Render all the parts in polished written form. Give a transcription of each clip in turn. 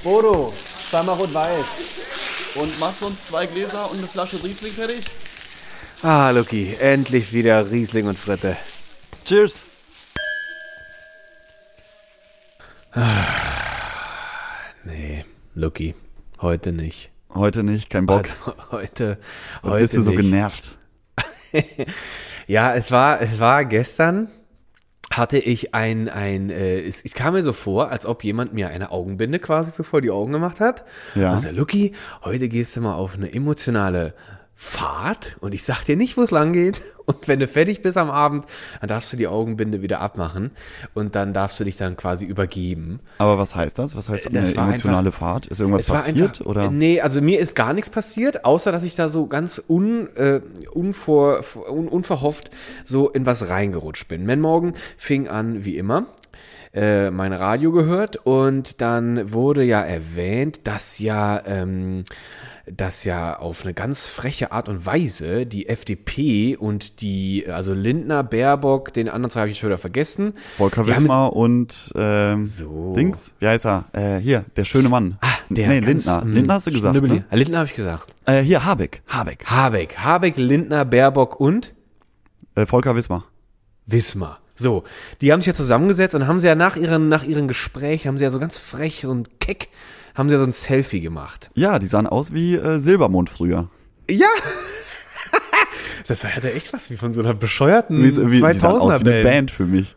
Bodo, zweimal rot-weiß. Und machst du uns 2 Gläser und eine Flasche Riesling fertig? Ah, Lucky, endlich wieder Riesling und Fritte. Cheers. Nee, Lucky, heute nicht. Heute nicht, kein Bock. Also, heute bist du so nicht. genervt? Ja, es war gestern, hatte ich ich kam mir so vor, als ob jemand mir eine Augenbinde quasi so vor die Augen gemacht hat. Ja. Und so, Lucky, heute gehst du mal auf eine emotionale Fahrt und ich sag dir nicht, wo es lang geht. Und wenn du fertig bist am Abend, dann darfst du die Augenbinde wieder abmachen und dann darfst du dich dann quasi übergeben. Aber was heißt das? Was heißt Das eine war emotionale einfach- Fahrt? Ist irgendwas Es war passiert? einfach, Oder? Nee, also mir ist gar nichts passiert, außer dass ich da so ganz unverhofft so in was reingerutscht bin. Mein Morgen fing an, wie immer, mein Radio gehört und dann wurde ja erwähnt, dass ja auf eine ganz freche Art und Weise die FDP und also Lindner, Baerbock, den anderen zwei habe ich schon wieder vergessen. Volker Die haben- Wismar und So. Dings, wie heißt er? Hier, der schöne Mann. Der ganz, Lindner. Lindner hast du gesagt, Schnibbeli. ne? Lindner habe ich gesagt. Hier, Habeck. Habeck, Lindner, Baerbock und Volker Wismar. Wismar. So, die haben sich ja zusammengesetzt und haben sie ja nach ihren Gesprächen, haben sie ja so ganz frech und keck, haben sie ja so ein Selfie gemacht. Ja, die sahen aus wie Silbermond früher. Ja! Das hatte echt was wie von so einer bescheuerten Die sahen aus wie eine 2000er-Band. Band für mich.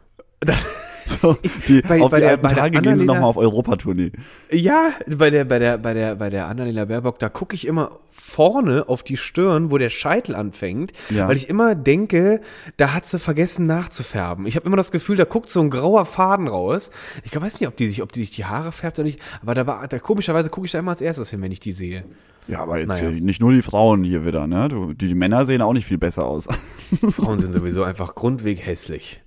So, die Bei auf die der- alten bei der Tage gehen sie Annalena- nochmal auf Europatournee. Ja, bei der Annalena Baerbock, da gucke ich immer vorne auf die Stirn, wo der Scheitel anfängt, Ja. weil ich immer denke, da hat sie vergessen nachzufärben. Ich habe immer das Gefühl, da guckt so ein grauer Faden raus. Ich weiß nicht, ob die sich die Haare färbt oder nicht, aber da komischerweise gucke ich da immer als erstes hin, wenn ich die sehe. Ja, aber jetzt Naja. nicht nur die Frauen hier wieder, ne? Die Männer sehen auch nicht viel besser aus. Frauen sind sowieso einfach grundweg hässlich.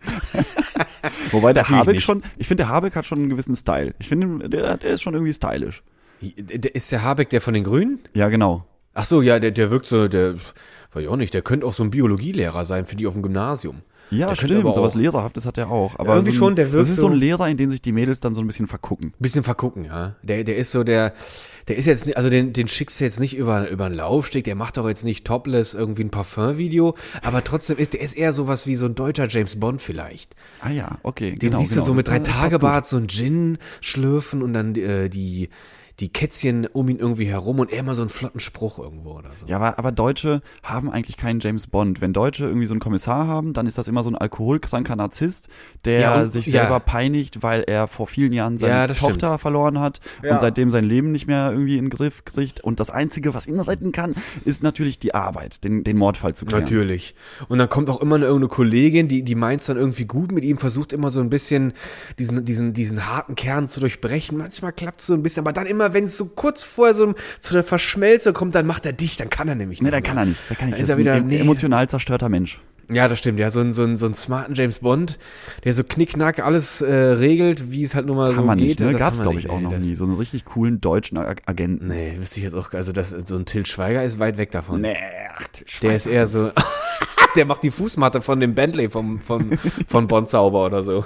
Wobei der Natürlich Habeck nicht. ich finde, der Habeck hat schon einen gewissen Style. Ich finde, der ist schon irgendwie stylisch. Ist der Habeck der von den Grünen? Ja, genau. Ach so, ja, der wirkt so, weiß ich auch nicht, der könnte auch so ein Biologielehrer sein für die auf dem Gymnasium. Ja, Der könnte stimmt, aber sowas auch- Lehrerhaftes hat er auch. Aber Irgendwie so schon, der wirkt das ist so ein so- Lehrer, in den sich die Mädels dann so ein bisschen vergucken. Bisschen vergucken, ja. Der ist so der ist jetzt nicht, also den schickst du jetzt nicht über einen Laufsteg, der macht doch jetzt nicht topless irgendwie ein Parfum-Video, aber trotzdem der ist eher sowas wie so ein deutscher James Bond vielleicht. Ah ja, okay. Den siehst du so mit Das passt 3-Tage-Bart, so ein Gin schlürfen und dann die Kätzchen um ihn irgendwie herum und er immer so einen flotten Spruch irgendwo oder so. Ja, aber Deutsche haben eigentlich keinen James Bond. Wenn Deutsche irgendwie so einen Kommissar haben, dann ist das immer so ein alkoholkranker Narzisst, der Ja, und- sich ja. selber peinigt, weil er vor vielen Jahren seine Ja, das Tochter verloren hat Ja. und seitdem sein Leben nicht mehr irgendwie in den Griff kriegt. Und das Einzige, was ihn retten kann, ist natürlich die Arbeit, den Mordfall zu klären. Natürlich. Und dann kommt auch immer irgendeine Kollegin, die meint's dann irgendwie gut mit ihm, versucht immer so ein bisschen diesen harten Kern zu durchbrechen. Manchmal klappt's so ein bisschen, aber dann immer, wenn es so kurz vorher so zu der Verschmelzung kommt, dann macht er dicht, dann kann er nämlich Nee, nicht dann kann er nicht. Dann Das ist ist er wieder, ein emotional zerstörter Mensch. Ja, das stimmt. Ja, so einen smarten James Bond, der so knickknack alles regelt, wie es halt nun mal so Haben wir geht. nicht, ne? Das Gab's, haben wir glaube ich, nicht. auch Nee, noch das- nie. So einen richtig coolen deutschen Agenten. Nee, wüsste ich jetzt auch, also so ein Til Schweiger ist weit weg davon. Nee, Der ist eher so, der macht die Fußmatte von dem Bentley von Bond sauber oder so.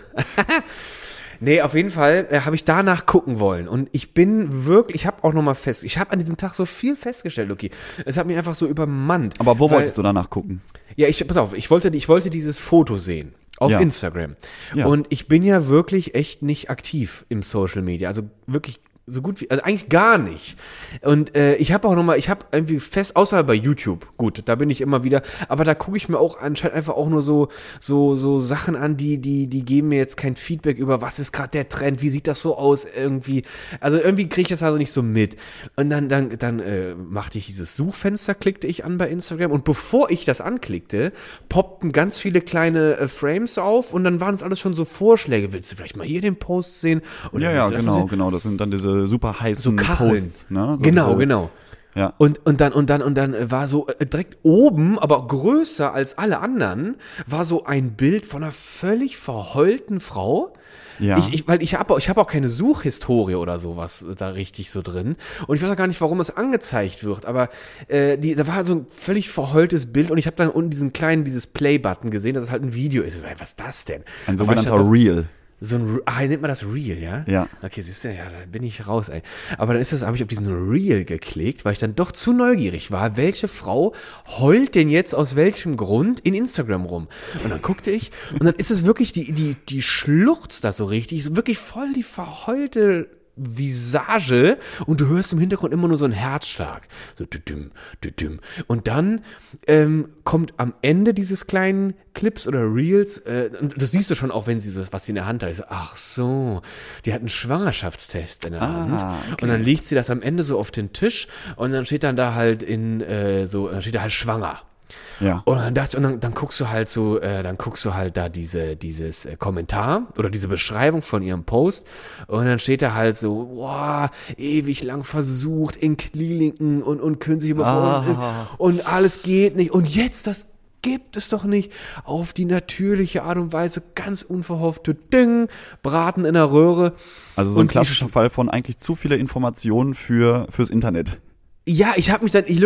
Nee, auf jeden Fall habe ich danach gucken wollen und ich habe auch nochmal ich habe an diesem Tag so viel festgestellt, Luki. Es hat mich einfach so übermannt. Aber wo Weil- wolltest du danach gucken? Ja, pass auf, ich wollte dieses Foto sehen. Auf Ja. Instagram. Ja. Und ich bin ja wirklich echt nicht aktiv im Social Media. Also wirklich so gut wie, also eigentlich gar nicht. Und ich habe irgendwie außerhalb bei YouTube, gut, da bin ich immer wieder, aber da gucke ich mir auch anscheinend einfach auch nur so Sachen an, die geben mir jetzt kein Feedback über, was ist gerade der Trend, wie sieht das so aus irgendwie. Also irgendwie kriege ich das also nicht so mit. Und dann machte ich dieses Suchfenster, klickte ich an bei Instagram und bevor ich das anklickte, poppten ganz viele kleine Frames auf und dann waren es alles schon so Vorschläge. Willst du vielleicht mal hier den Post sehen? Oder Ja, willst du das mal sehen? genau. Das sind dann diese super heißen Kacheln. Posts. Ne? So Genau, diese, genau. Ja. Und dann war so direkt oben, aber größer als alle anderen, war so ein Bild von einer völlig verheulten Frau. Ja. Weil ich habe auch keine Suchhistorie oder sowas da richtig so drin. Und ich weiß auch gar nicht, warum es angezeigt wird. Aber da war so ein völlig verheultes Bild und ich habe dann unten dieses Play-Button gesehen, dass es halt ein Video ist. Ich sag, was ist das denn? Ein Da war ich sogenannter dann auch- Reel. nennt man das Reel, ja? Ja. Okay, siehst du, ja, da bin ich raus, ey. Aber dann habe ich auf diesen Reel geklickt, weil ich dann doch zu neugierig war, welche Frau heult denn jetzt aus welchem Grund in Instagram rum? Und dann guckte ich und dann ist es wirklich, die schluchzt das so richtig, so wirklich voll die verheulte Visage und du hörst im Hintergrund immer nur so einen Herzschlag. So düdüm, düdüm. Und dann kommt am Ende dieses kleinen Clips oder Reels, und das siehst du schon auch, wenn sie so, was sie in der Hand hat. Ich so, ach so, die hat einen Schwangerschaftstest in der Hand. Okay. Und dann legt sie das am Ende so auf den Tisch und dann steht dann da halt dann steht da halt schwanger. Ja. Und dann dachte ich, und dann guckst du halt so, da dieses Kommentar oder diese Beschreibung von ihrem Post und dann steht da halt so, boah, ewig lang versucht in Kliniken und künstliche Überforderung und alles geht nicht und jetzt das gibt es doch nicht auf die natürliche Art und Weise, ganz unverhoffte Ding, Braten in der Röhre. Also so ein Und klassischer Fall von eigentlich zu viele Informationen fürs Internet. Ja, ich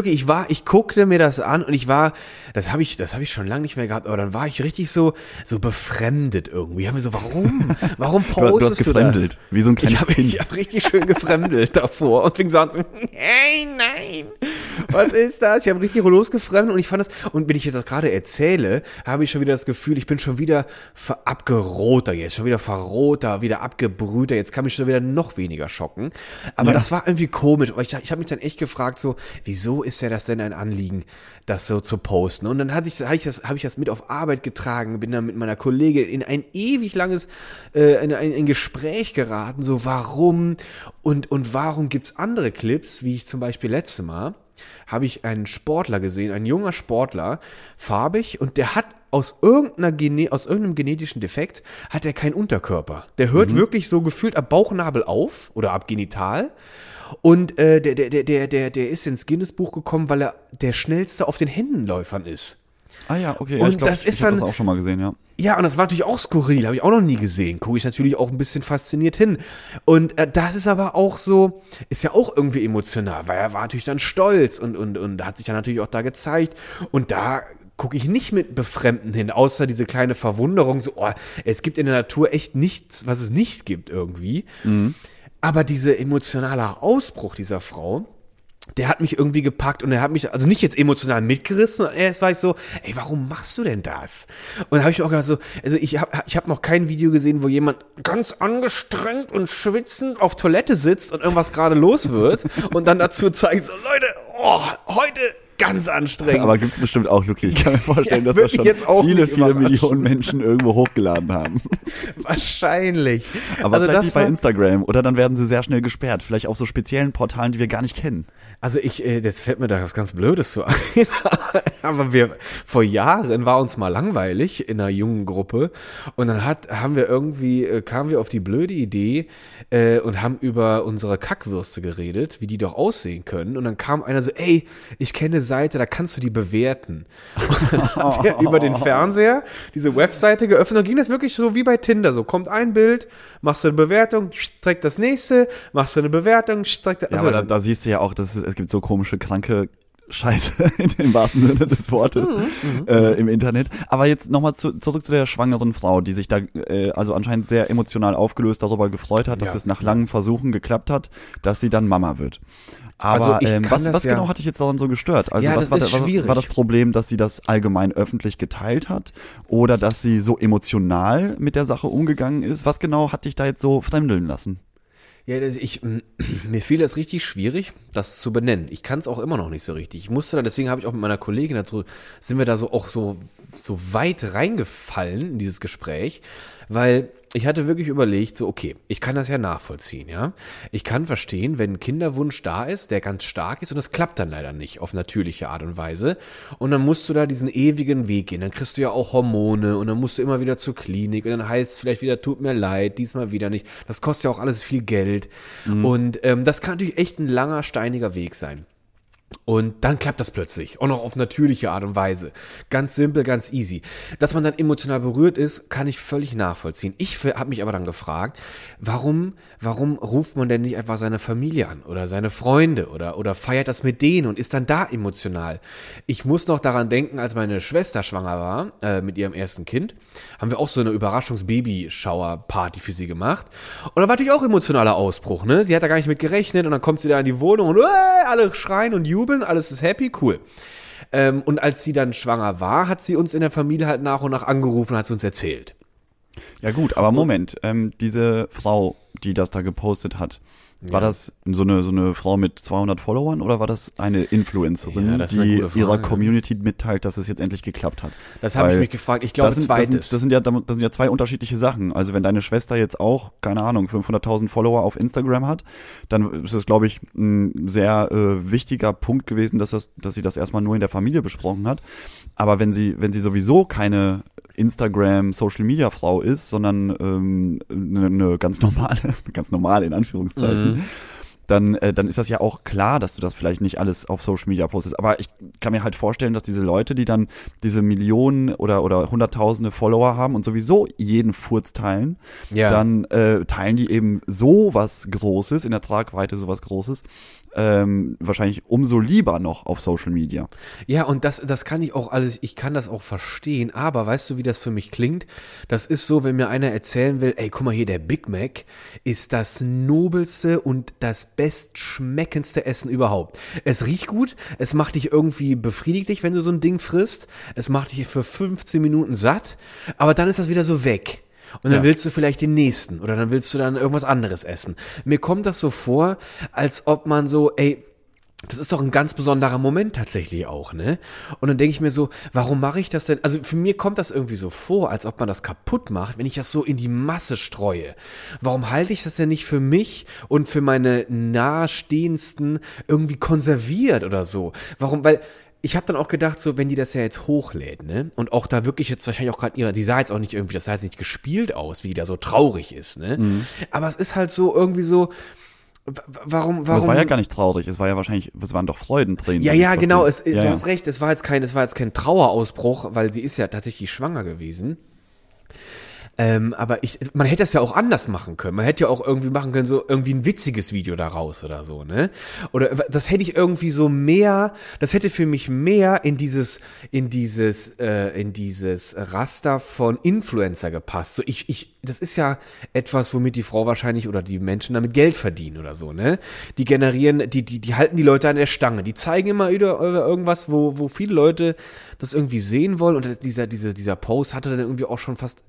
guckte mir das an und das habe ich schon lange nicht mehr gehabt, aber dann war ich richtig so befremdet irgendwie. Ich habe mir so, warum postest Du hast gefremdelt, wie so ein kleines Kind. Ich habe richtig schön gefremdelt davor und fing so an, hey, nein, was ist das? Ich habe richtig losgefremdet und ich fand das, und wenn ich jetzt das gerade erzähle, habe ich schon wieder das Gefühl, ich bin schon wieder abgerohter jetzt, schon wieder verrohter, wieder abgebrühter, jetzt kann mich schon wieder noch weniger schocken. Aber das war irgendwie komisch, aber ich habe mich dann echt gefragt, so, wieso ist ja das denn ein Anliegen, das so zu posten? Und dann habe ich das mit auf Arbeit getragen, bin dann mit meiner Kollegin in ein ewig langes in ein Gespräch geraten, so warum und warum gibt's andere Clips, wie ich zum Beispiel letztes Mal habe ich einen Sportler gesehen, ein junger Sportler, farbig, und der hat aus irgendeinem genetischen Defekt hat er keinen Unterkörper. Der hört wirklich so gefühlt ab Bauchnabel auf oder ab Genital. Und der ist ins Guinness-Buch gekommen, weil er der schnellste auf den Händenläufern ist. Ah ja, okay. Und ich glaube, das ich ist habe dann- das auch schon mal gesehen, ja. Ja, und das war natürlich auch skurril, habe ich auch noch nie gesehen. Gucke ich natürlich auch ein bisschen fasziniert hin. Und das ist aber auch so, ist ja auch irgendwie emotional, weil er war natürlich dann stolz und hat sich dann natürlich auch da gezeigt. Und da gucke ich nicht mit Befremden hin, außer diese kleine Verwunderung, so, oh, es gibt in der Natur echt nichts, was es nicht gibt irgendwie. Aber dieser emotionale Ausbruch dieser Frau, der hat mich irgendwie gepackt und er hat mich, also nicht jetzt emotional mitgerissen, sondern erst war ich so, ey, warum machst du denn das? Und da habe ich mir auch gedacht so, also ich hab noch kein Video gesehen, wo jemand ganz angestrengt und schwitzend auf Toilette sitzt und irgendwas gerade los wird und dann dazu zeigt, so Leute, oh, heute ganz anstrengend. Aber gibt's bestimmt auch, Luki. Ich kann mir vorstellen, Ja, dass das würde schon mich jetzt auch viele, nicht viele überraschen. Millionen Menschen irgendwo hochgeladen haben. Wahrscheinlich. Aber also vielleicht das nicht bei war, Instagram. Oder dann werden sie sehr schnell gesperrt. Vielleicht auf so speziellen Portalen, die wir gar nicht kennen. also jetzt fällt mir da was ganz Blödes so ein. Aber vor Jahren war uns mal langweilig in einer jungen Gruppe und dann kamen wir auf die blöde Idee und haben über unsere Kackwürste geredet, wie die doch aussehen können. Und dann kam einer so, ey, ich kenne eine Seite, da kannst du die bewerten. Und dann hat er über den Fernseher diese Webseite geöffnet und ging das wirklich so wie bei Tinder. So kommt ein Bild, machst du eine Bewertung, direkt das nächste, machst du eine Bewertung, direkt das. Ja, aber da siehst du ja auch, es gibt so komische, kranke Scheiße im wahrsten Sinne des Wortes im Internet. Aber jetzt nochmal zurück zu der schwangeren Frau, die sich da also anscheinend sehr emotional aufgelöst darüber gefreut hat, dass es nach langen Versuchen geklappt hat, dass sie dann Mama wird. Aber Also ich kann was das ja- genau hat dich jetzt daran so gestört? Also Ja, was das ist schwierig. war das Problem, dass sie das allgemein öffentlich geteilt hat? Oder dass sie so emotional mit der Sache umgegangen ist? Was genau hat dich da jetzt so fremdeln lassen? Ja, mir fiel das richtig schwierig, das zu benennen. Ich kann es auch immer noch nicht so richtig. Deswegen habe ich auch mit meiner Kollegin dazu, sind wir da so auch so weit reingefallen in dieses Gespräch, weil ich hatte wirklich überlegt, so okay, ich kann das ja nachvollziehen, ja. Ich kann verstehen, wenn ein Kinderwunsch da ist, der ganz stark ist und das klappt dann leider nicht auf natürliche Art und Weise und dann musst du da diesen ewigen Weg gehen, dann kriegst du ja auch Hormone und dann musst du immer wieder zur Klinik und dann heißt es vielleicht wieder, tut mir leid, diesmal wieder nicht. Das kostet ja auch alles viel Geld und das kann natürlich echt ein langer, steiniger Weg sein. Und dann klappt das plötzlich, auch noch auf natürliche Art und Weise. Ganz simpel, ganz easy. Dass man dann emotional berührt ist, kann ich völlig nachvollziehen. Ich habe mich aber dann gefragt, warum ruft man denn nicht einfach seine Familie an oder seine Freunde oder feiert das mit denen und ist dann da emotional? Ich muss noch daran denken, als meine Schwester schwanger war, mit ihrem ersten Kind, haben wir auch so eine Überraschungs-Baby-Shower-Party für sie gemacht. Und da war natürlich auch emotionaler Ausbruch, ne? Sie hat da gar nicht mit gerechnet und dann kommt sie da in die Wohnung und alle schreien und jubeln, alles ist happy, cool. Und als sie dann schwanger war, hat sie uns in der Familie halt nach und nach angerufen und hat sie uns erzählt. Ja gut, aber Moment, diese Frau, die das da gepostet hat, war das so eine Frau mit 200 Followern oder war das eine Influencerin, die ihrer Community mitteilt, dass es jetzt endlich geklappt hat? Das habe ich mich gefragt. Ich glaube, zweites. Das sind ja zwei unterschiedliche Sachen. Also wenn deine Schwester jetzt auch, keine Ahnung, 500.000 Follower auf Instagram hat, dann ist es, glaube ich, ein sehr wichtiger Punkt gewesen, dass sie das erstmal nur in der Familie besprochen hat. Aber wenn sie sowieso keine Instagram-Social-Media-Frau ist, sondern eine ganz normale in Anführungszeichen, dann ist das ja auch klar, dass du das vielleicht nicht alles auf Social Media postest. Aber ich kann mir halt vorstellen, dass diese Leute, die dann diese Millionen oder Hunderttausende Follower haben und sowieso jeden Furz teilen, dann teilen die eben sowas Großes, in der Tragweite sowas Großes, wahrscheinlich umso lieber noch auf Social Media. Ja, und das kann ich auch alles, ich kann das auch verstehen, aber weißt du, wie das für mich klingt? Das ist so, wenn mir einer erzählen will, ey, guck mal hier, der Big Mac ist das nobelste und das bestschmeckendste Essen überhaupt. Es riecht gut, es macht dich irgendwie befriedigt, wenn du so ein Ding frisst, es macht dich für 15 Minuten satt, aber dann ist das wieder so weg. Und dann willst du vielleicht den nächsten oder dann willst du dann irgendwas anderes essen. Mir kommt das so vor, als ob man so, ey, das ist doch ein ganz besonderer Moment tatsächlich auch, ne? Und dann denke ich mir so, warum mache ich das denn? Also für mir kommt das irgendwie so vor, als ob man das kaputt macht, wenn ich das so in die Masse streue. Warum halte ich das denn nicht für mich und für meine nahestehendsten irgendwie konserviert oder so? Warum? Weil ich habe dann auch gedacht, so, wenn die das ja jetzt hochlädt, ne, und auch da wirklich jetzt wahrscheinlich auch gerade die sah jetzt auch nicht irgendwie, das sah jetzt nicht gespielt aus, wie die da so traurig ist, ne, aber es ist halt so irgendwie so, warum? Aber es war ja gar nicht traurig, es waren doch Freudentränen. Ja, genau, du hast recht, es war jetzt kein Trauerausbruch, weil sie ist ja tatsächlich schwanger gewesen. Aber man hätte es ja auch anders machen können. Man hätte ja auch irgendwie machen können, so irgendwie ein witziges Video daraus oder so, ne? Oder das hätte ich irgendwie so mehr, das hätte für mich mehr in dieses Raster von Influencer gepasst. So das ist ja etwas, womit die Frau wahrscheinlich oder die Menschen damit Geld verdienen oder so, ne? Die generieren, die halten die Leute an der Stange. Die zeigen immer wieder irgendwas, wo viele Leute das irgendwie sehen wollen. Und dieser Post hatte dann irgendwie auch schon fast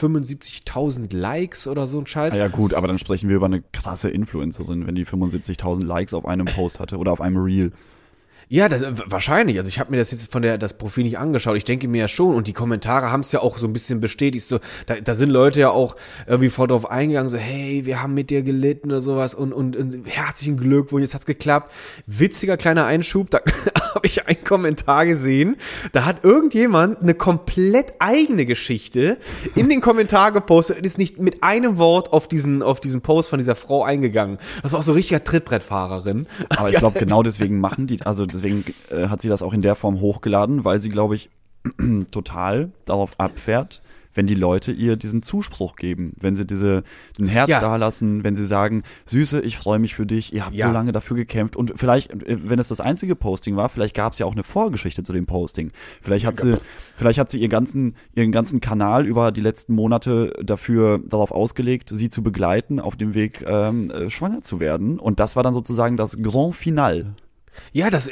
75.000 Likes oder so ein Scheiß. Ja gut, aber dann sprechen wir über eine krasse Influencerin, wenn die 75.000 Likes auf einem Post hatte oder auf einem Reel. Ja, wahrscheinlich. Also ich habe mir das jetzt das Profil nicht angeschaut. Ich denke mir ja schon. Und die Kommentare haben es ja auch so ein bisschen bestätigt. So, da sind Leute ja auch irgendwie voll drauf eingegangen. So, hey, wir haben mit dir gelitten oder sowas. Und herzlichen Glückwunsch, jetzt hat's geklappt. Witziger kleiner Einschub. Da habe ich einen Kommentar gesehen. Da hat irgendjemand eine komplett eigene Geschichte in den Kommentar gepostet und ist nicht mit einem Wort auf diesen Post von dieser Frau eingegangen. Das war auch so richtiger Trittbrettfahrerin. Aber ich glaube, genau deswegen deswegen hat sie das auch in der Form hochgeladen, weil sie, glaube ich, total darauf abfährt, wenn die Leute ihr diesen Zuspruch geben, wenn sie den Herz dalassen, wenn sie sagen, Süße, ich freue mich für dich, ihr habt so lange dafür gekämpft und vielleicht, wenn es das einzige Posting war, vielleicht gab es ja auch eine Vorgeschichte zu dem Posting. Vielleicht hat sie ihren ganzen Kanal über die letzten Monate darauf ausgelegt, sie zu begleiten auf dem Weg, schwanger zu werden und das war dann sozusagen das Grand Finale. Ja, das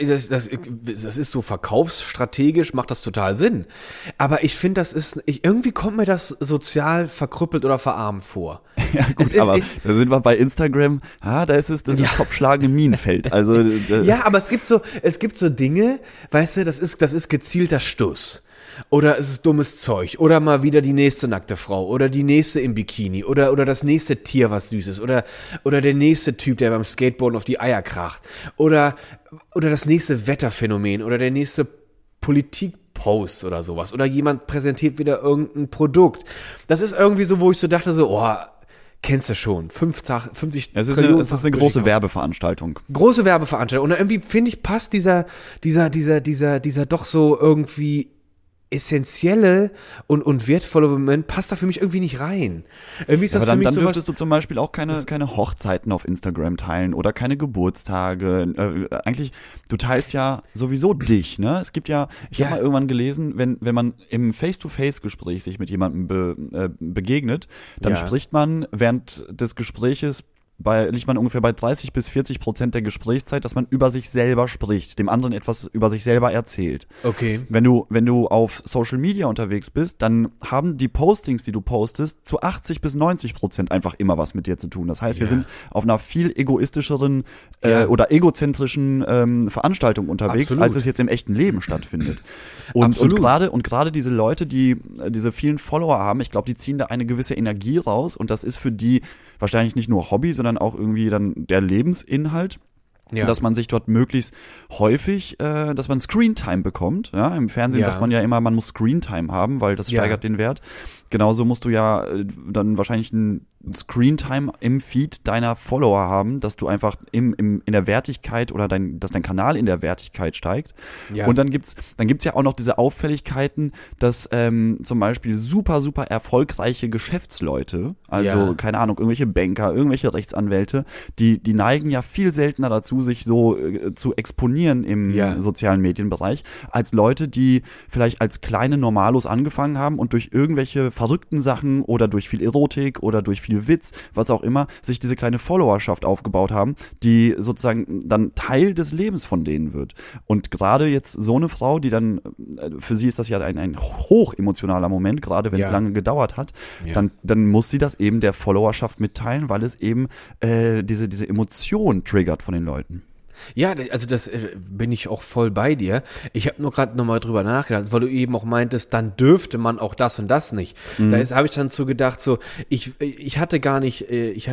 ist so verkaufsstrategisch, macht das total Sinn. Aber ich finde, irgendwie kommt mir das sozial verkrüppelt oder verarmt vor. Ja, gut, da sind wir bei Instagram, da ist das Kopfschlagen im Minenfeld. Also, ja, aber es gibt so Dinge, weißt du, das ist gezielter Stuss. Oder es ist dummes Zeug. Oder mal wieder die nächste nackte Frau. Oder die nächste im Bikini. Oder das nächste Tier, was süß ist. Oder der nächste Typ, der beim Skateboarden auf die Eier kracht. Oder das nächste Wetterphänomen. Oder der nächste Politikpost oder sowas. Oder jemand präsentiert wieder irgendein Produkt. Das ist irgendwie so, wo ich so dachte, so, kennst du schon, 50 Es ist Trillionen eine große Werbeveranstaltung. Große Werbeveranstaltung. Und irgendwie, finde ich, passt dieser doch so irgendwie essentielle und wertvolle Moment passt da für mich irgendwie nicht rein. Irgendwie ist das Aber für mich dann so dürftest du zum Beispiel auch keine Hochzeiten auf Instagram teilen oder keine Geburtstage. Eigentlich, du teilst ja sowieso dich, ne? Es gibt ja, ich habe mal irgendwann gelesen, wenn man im Face-to-Face-Gespräch sich mit jemandem begegnet, dann spricht man während des Gespräches liegt man ungefähr bei 30-40% der Gesprächszeit, dass man über sich selber spricht, dem anderen etwas über sich selber erzählt. Okay. Wenn du auf Social Media unterwegs bist, dann haben die Postings, die du postest, zu 80-90% einfach immer was mit dir zu tun. Das heißt, wir sind auf einer viel egoistischeren oder egozentrischen Veranstaltung unterwegs, Absolut. als es jetzt im echten Leben stattfindet. Und gerade diese Leute, die diese vielen Follower haben, ich glaube, die ziehen da eine gewisse Energie raus und das ist für die wahrscheinlich nicht nur Hobby, sondern auch irgendwie dann der Lebensinhalt. Ja. Dass man sich dort möglichst häufig, dass man Screentime bekommt. Ja, im Fernsehen sagt man ja immer, man muss Screentime haben, weil das steigert den Wert. Genauso musst du ja dann wahrscheinlich ein Screentime im Feed deiner Follower haben, dass du einfach in der Wertigkeit oder dass dein Kanal in der Wertigkeit steigt. Ja. Und dann gibt's ja auch noch diese Auffälligkeiten, dass zum Beispiel super, super erfolgreiche Geschäftsleute, also keine Ahnung, irgendwelche Banker, irgendwelche Rechtsanwälte, die neigen ja viel seltener dazu, sich so zu exponieren im sozialen Medienbereich, als Leute, die vielleicht als kleine Normalos angefangen haben und durch irgendwelche verrückten Sachen oder durch viel Erotik oder durch viel Witz, was auch immer, sich diese kleine Followerschaft aufgebaut haben, die sozusagen dann Teil des Lebens von denen wird. Und gerade jetzt so eine Frau, die dann, für sie ist das ja ein hoch emotionaler Moment, gerade wenn es lange gedauert hat, dann muss sie das eben der Followerschaft mitteilen, weil es eben diese Emotion triggert von den Leuten. Ja, also das bin ich auch voll bei dir. Ich habe nur gerade nochmal drüber nachgedacht, weil du eben auch meintest, dann dürfte man auch das und das nicht. Da habe ich dann so gedacht, so ich hatte gar nicht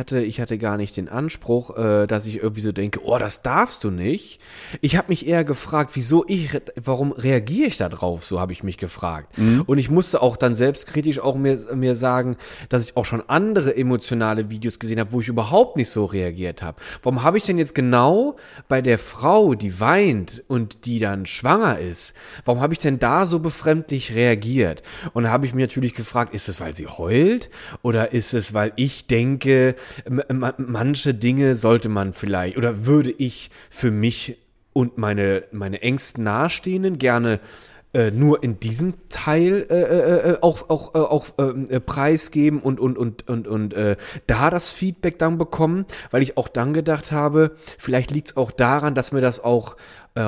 den Anspruch, dass ich irgendwie so denke, oh, das darfst du nicht. Ich habe mich eher gefragt, warum reagiere ich da drauf? So habe ich mich gefragt. Und ich musste auch dann selbstkritisch auch mir sagen, dass ich auch schon andere emotionale Videos gesehen habe, wo ich überhaupt nicht so reagiert habe. Warum habe ich denn jetzt genau bei der Frau, die weint und die dann schwanger ist, warum habe ich denn da so befremdlich reagiert? Und da habe ich mir natürlich gefragt, ist es, weil sie heult? Oder ist es, weil ich denke, manche Dinge sollte man vielleicht, oder würde ich für mich und meine engsten Nahestehenden gerne nur in diesem Teil auch preisgeben und da das Feedback dann bekommen, weil ich auch dann gedacht habe, vielleicht liegt es auch daran, dass mir das auch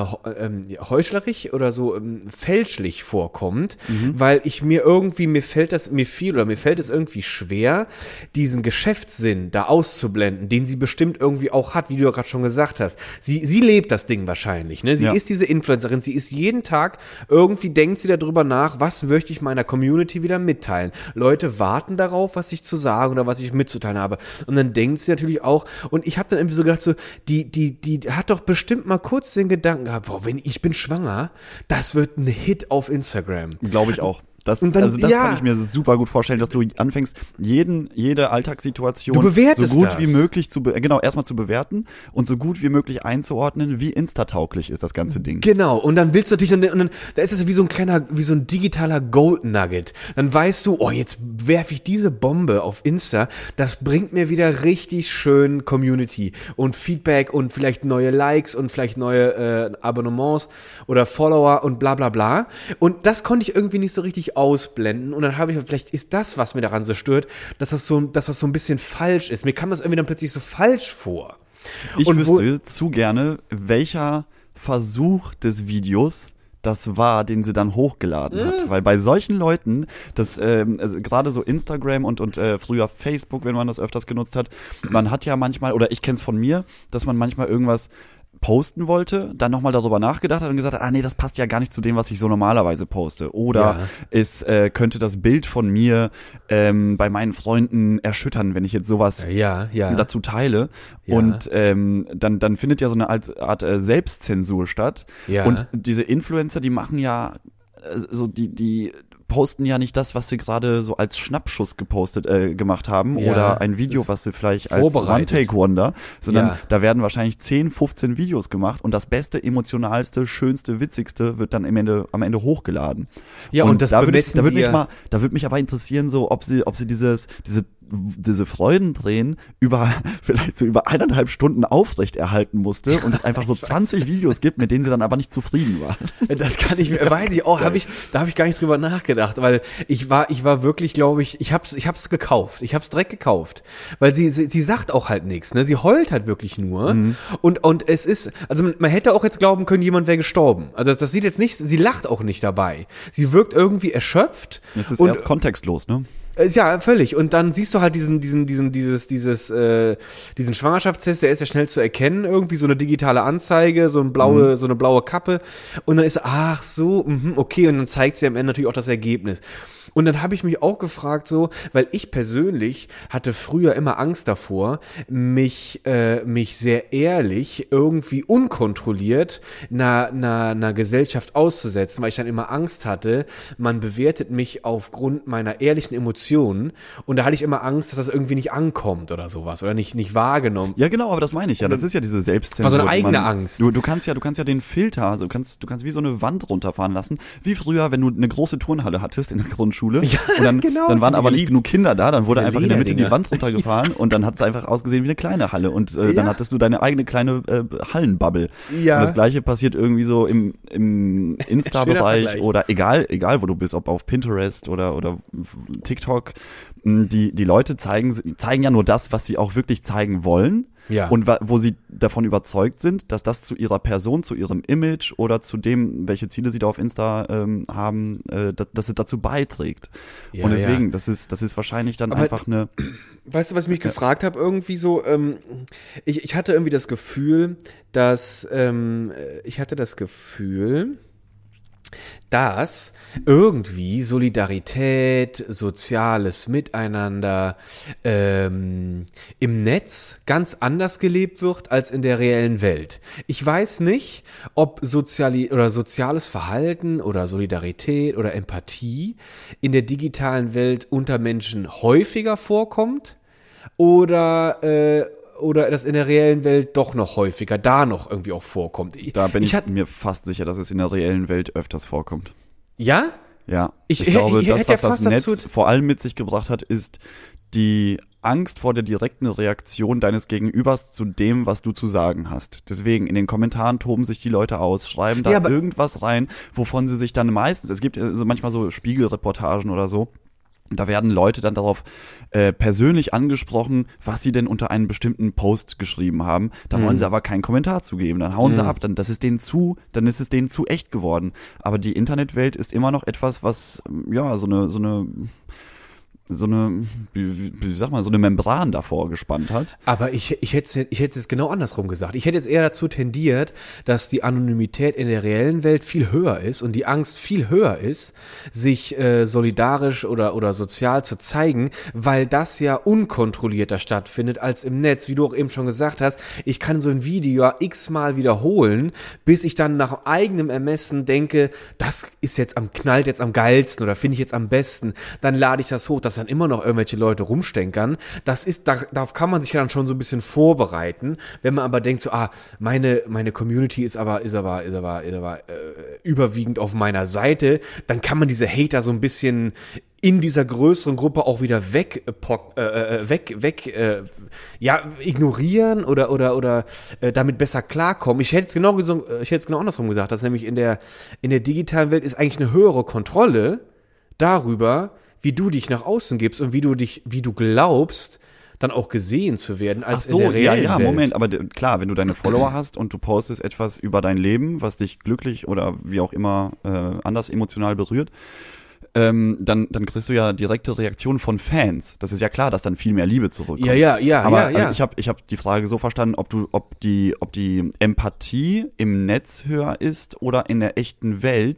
heuchlerisch oder so fälschlich vorkommt, weil mir fällt es irgendwie schwer, diesen Geschäftssinn da auszублenden, den sie bestimmt irgendwie auch hat, wie du ja gerade schon gesagt hast. Sie lebt das Ding wahrscheinlich, ne? Sie ist diese Influencerin, sie ist jeden Tag, irgendwie denkt sie darüber nach, was möchte ich meiner Community wieder mitteilen. Leute warten darauf, was ich zu sagen oder was ich mitzuteilen habe. Und dann denkt sie natürlich auch, und ich habe dann irgendwie so gedacht, so, die hat doch bestimmt mal kurz den Gedanken gehabt, boah, wenn ich bin schwanger, das wird ein Hit auf Instagram. Glaube ich auch. Das kann ich mir super gut vorstellen, dass du anfängst, jede Alltagssituation so gut wie möglich erstmal zu bewerten und so gut wie möglich einzuordnen, wie instatauglich ist das ganze Ding. Genau, und dann willst du natürlich, da ist es wie so ein digitaler Gold Nugget. Dann weißt du, oh, jetzt werfe ich diese Bombe auf Insta, das bringt mir wieder richtig schön Community und Feedback und vielleicht neue Likes und vielleicht neue Abonnements oder Follower und bla bla bla. Und das konnte ich irgendwie nicht so richtig ausblenden und dann habe ich, vielleicht ist das, was mir daran so stört, dass das so ein bisschen falsch ist. Mir kam das irgendwie dann plötzlich so falsch vor. Ich wüsste zu gerne, welcher Versuch des Videos das war, den sie dann hochgeladen hat. Weil bei solchen Leuten, also gerade so Instagram und früher Facebook, wenn man das öfters genutzt hat, man hat ja manchmal, oder ich kenn's von mir, dass man manchmal irgendwas posten wollte, dann nochmal darüber nachgedacht hat und gesagt hat, nee, das passt ja gar nicht zu dem, was ich so normalerweise poste. Oder es könnte das Bild von mir bei meinen Freunden erschüttern, wenn ich jetzt sowas dazu teile. Ja. Und dann findet ja so eine Art Selbstzensur statt. Ja. Und diese Influencer, die machen ja so die posten ja nicht das, was sie gerade so als Schnappschuss gemacht haben Ja, oder ein Video, was sie vielleicht als One-Take-Wonder, sondern da werden wahrscheinlich 10, 15 Videos gemacht und das Beste, emotionalste, schönste, witzigste wird dann am Ende hochgeladen. Ja, und das bemessen wir. Da würde mich aber interessieren, so, ob sie diese Freudentränen vielleicht so über 1,5 Stunden aufrechterhalten musste und es einfach so 20 Videos gibt, mit denen sie dann aber nicht zufrieden war. Das kann ich, weiß ich auch, da habe ich gar nicht drüber nachgedacht, weil ich war wirklich, glaube ich hab's gekauft. Ich hab's direkt gekauft. Weil sie sagt auch halt nichts, ne? Sie heult halt wirklich nur. Und es ist, also man hätte auch jetzt glauben können, jemand wäre gestorben. Also das sieht jetzt nicht, sie lacht auch nicht dabei. Sie wirkt irgendwie erschöpft. Es ist erst kontextlos, ne? Ja, völlig. Und dann siehst du halt diesen Schwangerschaftstest, der ist ja schnell zu erkennen, irgendwie so eine digitale Anzeige, so eine blaue Kappe. Und dann ist ach so, okay. Und dann zeigt sie am Ende natürlich auch das Ergebnis. Und dann habe ich mich auch gefragt so, weil ich persönlich hatte früher immer Angst davor, mich sehr ehrlich irgendwie unkontrolliert einer Gesellschaft auszusetzen, weil ich dann immer Angst hatte, man bewertet mich aufgrund meiner ehrlichen Emotionen und da hatte ich immer Angst, dass das irgendwie nicht ankommt oder sowas oder nicht wahrgenommen. Ja, genau, aber das meine ich ja. Das ist ja diese Selbstzensur. War so eine eigene Angst. Du kannst ja den Filter, also du kannst wie so eine Wand runterfahren lassen, wie früher, wenn du eine große Turnhalle hattest in der Grundschule. Ja, und dann, genau, dann waren aber nicht genug Kinder da, dann wurde einfach in der Mitte die Wand runtergefahren und dann hat es einfach ausgesehen wie eine kleine Halle und dann hattest du deine eigene kleine Hallenbubble. Ja. Und das Gleiche passiert irgendwie so im Insta-Bereich oder egal wo du bist, ob auf Pinterest oder TikTok. Die Leute zeigen ja nur das, was sie auch wirklich zeigen wollen. Ja. Und wo sie davon überzeugt sind, dass das zu ihrer Person, zu ihrem Image oder zu dem, welche Ziele sie da auf Insta haben, dass es dazu beiträgt. Ja, und deswegen, das ist wahrscheinlich dann aber einfach eine. Weißt du, was ich mich gefragt habe? Irgendwie so, ich hatte irgendwie das Gefühl, dass irgendwie Solidarität, soziales Miteinander im Netz ganz anders gelebt wird als in der reellen Welt. Ich weiß nicht, ob soziales Verhalten oder Solidarität oder Empathie in der digitalen Welt unter Menschen häufiger vorkommt oder das in der reellen Welt doch noch häufiger, da noch irgendwie auch vorkommt. Da bin ich mir fast sicher, dass es in der reellen Welt öfters vorkommt. Ja? Ja. Ich glaube, das Netz vor allem mit sich gebracht hat, ist die Angst vor der direkten Reaktion deines Gegenübers zu dem, was du zu sagen hast. Deswegen, in den Kommentaren toben sich die Leute aus, schreiben da irgendwas rein, wovon sie sich dann meistens, es gibt manchmal so Spiegelreportagen oder so, da werden Leute dann darauf persönlich angesprochen, was sie denn unter einen bestimmten Post geschrieben haben. Da wollen sie aber keinen Kommentar zugeben. Dann hauen sie ab. Dann ist es denen zu echt geworden. Aber die Internetwelt ist immer noch etwas, was so eine Membran davor gespannt hat. Aber ich hätte es genau andersrum gesagt. Ich hätte jetzt eher dazu tendiert, dass die Anonymität in der reellen Welt viel höher ist und die Angst viel höher ist, sich solidarisch oder sozial zu zeigen, weil das ja unkontrollierter stattfindet als im Netz. Wie du auch eben schon gesagt hast, ich kann so ein Video x-mal wiederholen, bis ich dann nach eigenem Ermessen denke, das ist knallt jetzt am geilsten oder finde ich jetzt am besten. Dann lade ich das hoch, dass dann immer noch irgendwelche Leute rumstänkern. Darauf kann man sich ja dann schon so ein bisschen vorbereiten. Wenn man aber denkt so, meine Community ist aber überwiegend auf meiner Seite, dann kann man diese Hater so ein bisschen in dieser größeren Gruppe auch wieder ignorieren oder damit besser klarkommen. Ich hätte es genau andersrum gesagt, dass nämlich in der digitalen Welt ist eigentlich eine höhere Kontrolle darüber, wie du dich nach außen gibst und wie du glaubst, dann auch gesehen zu werden als in der reellen Welt. Moment, aber klar, wenn du deine Follower hast und du postest etwas über dein Leben, was dich glücklich oder wie auch immer anders emotional berührt, dann kriegst du ja direkte Reaktionen von Fans. Das ist ja klar, dass dann viel mehr Liebe zurückkommt. Aber ich hab die Frage so verstanden, ob die Empathie im Netz höher ist oder in der echten Welt.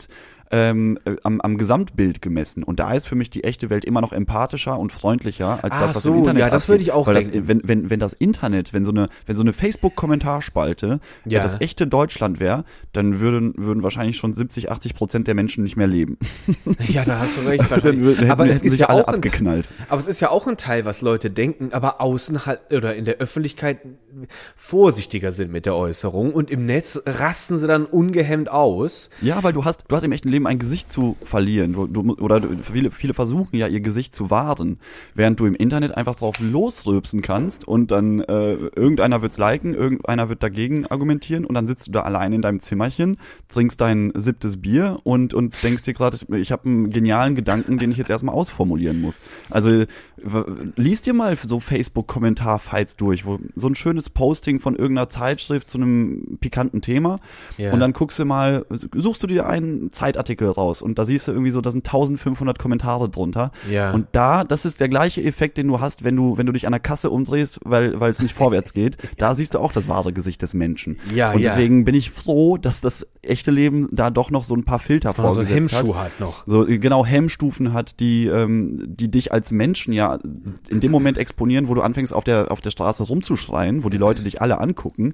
am Gesamtbild gemessen. Und da ist für mich die echte Welt immer noch empathischer und freundlicher als das, was so, im Internet ja, das würde ich auch Weil denken. wenn das Internet, wenn so eine Facebook-Kommentarspalte Ja. das echte Deutschland wäre, dann würden wahrscheinlich schon 70-80% der Menschen nicht mehr leben. Ja, da hast du recht. Aber es hätten ist sich ja alle auch abgeknallt. aber es ist ja auch ein Teil, was Leute denken, aber außen halt oder in der Öffentlichkeit vorsichtiger sind mit der Äußerung und im Netz rasten sie dann ungehemmt aus. Ja, weil du hast im echten Leben ein Gesicht zu verlieren. Viele versuchen ja, ihr Gesicht zu wahren, während du im Internet einfach drauf losrülpsen kannst und dann irgendeiner wird's liken, irgendeiner wird dagegen argumentieren und dann sitzt du da allein in deinem Zimmerchen, trinkst dein 7. Bier und denkst dir gerade, ich habe einen genialen Gedanken, den ich jetzt erstmal ausformulieren muss. Also lies dir mal so Facebook-Kommentar-Fights durch, wo so ein schönes Posting von irgendeiner Zeitschrift zu einem pikanten Thema Ja. und dann suchst du dir einen Zeitartikel raus und da siehst du irgendwie so, da sind 1500 Kommentare drunter. Ja. Und das ist der gleiche Effekt, den du hast, wenn du dich an der Kasse umdrehst, weil es nicht vorwärts geht. Da siehst du auch das wahre Gesicht des Menschen. Ja, und ja. deswegen bin ich froh, dass das echte Leben da doch noch so ein paar Filter So ein vorgesetzt Hemmschuh hat. hat noch. So genau Hemmstufen hat, die dich als Menschen ja in dem Moment exponieren, wo du anfängst auf der Straße rumzuschreien, wo die Leute dich alle angucken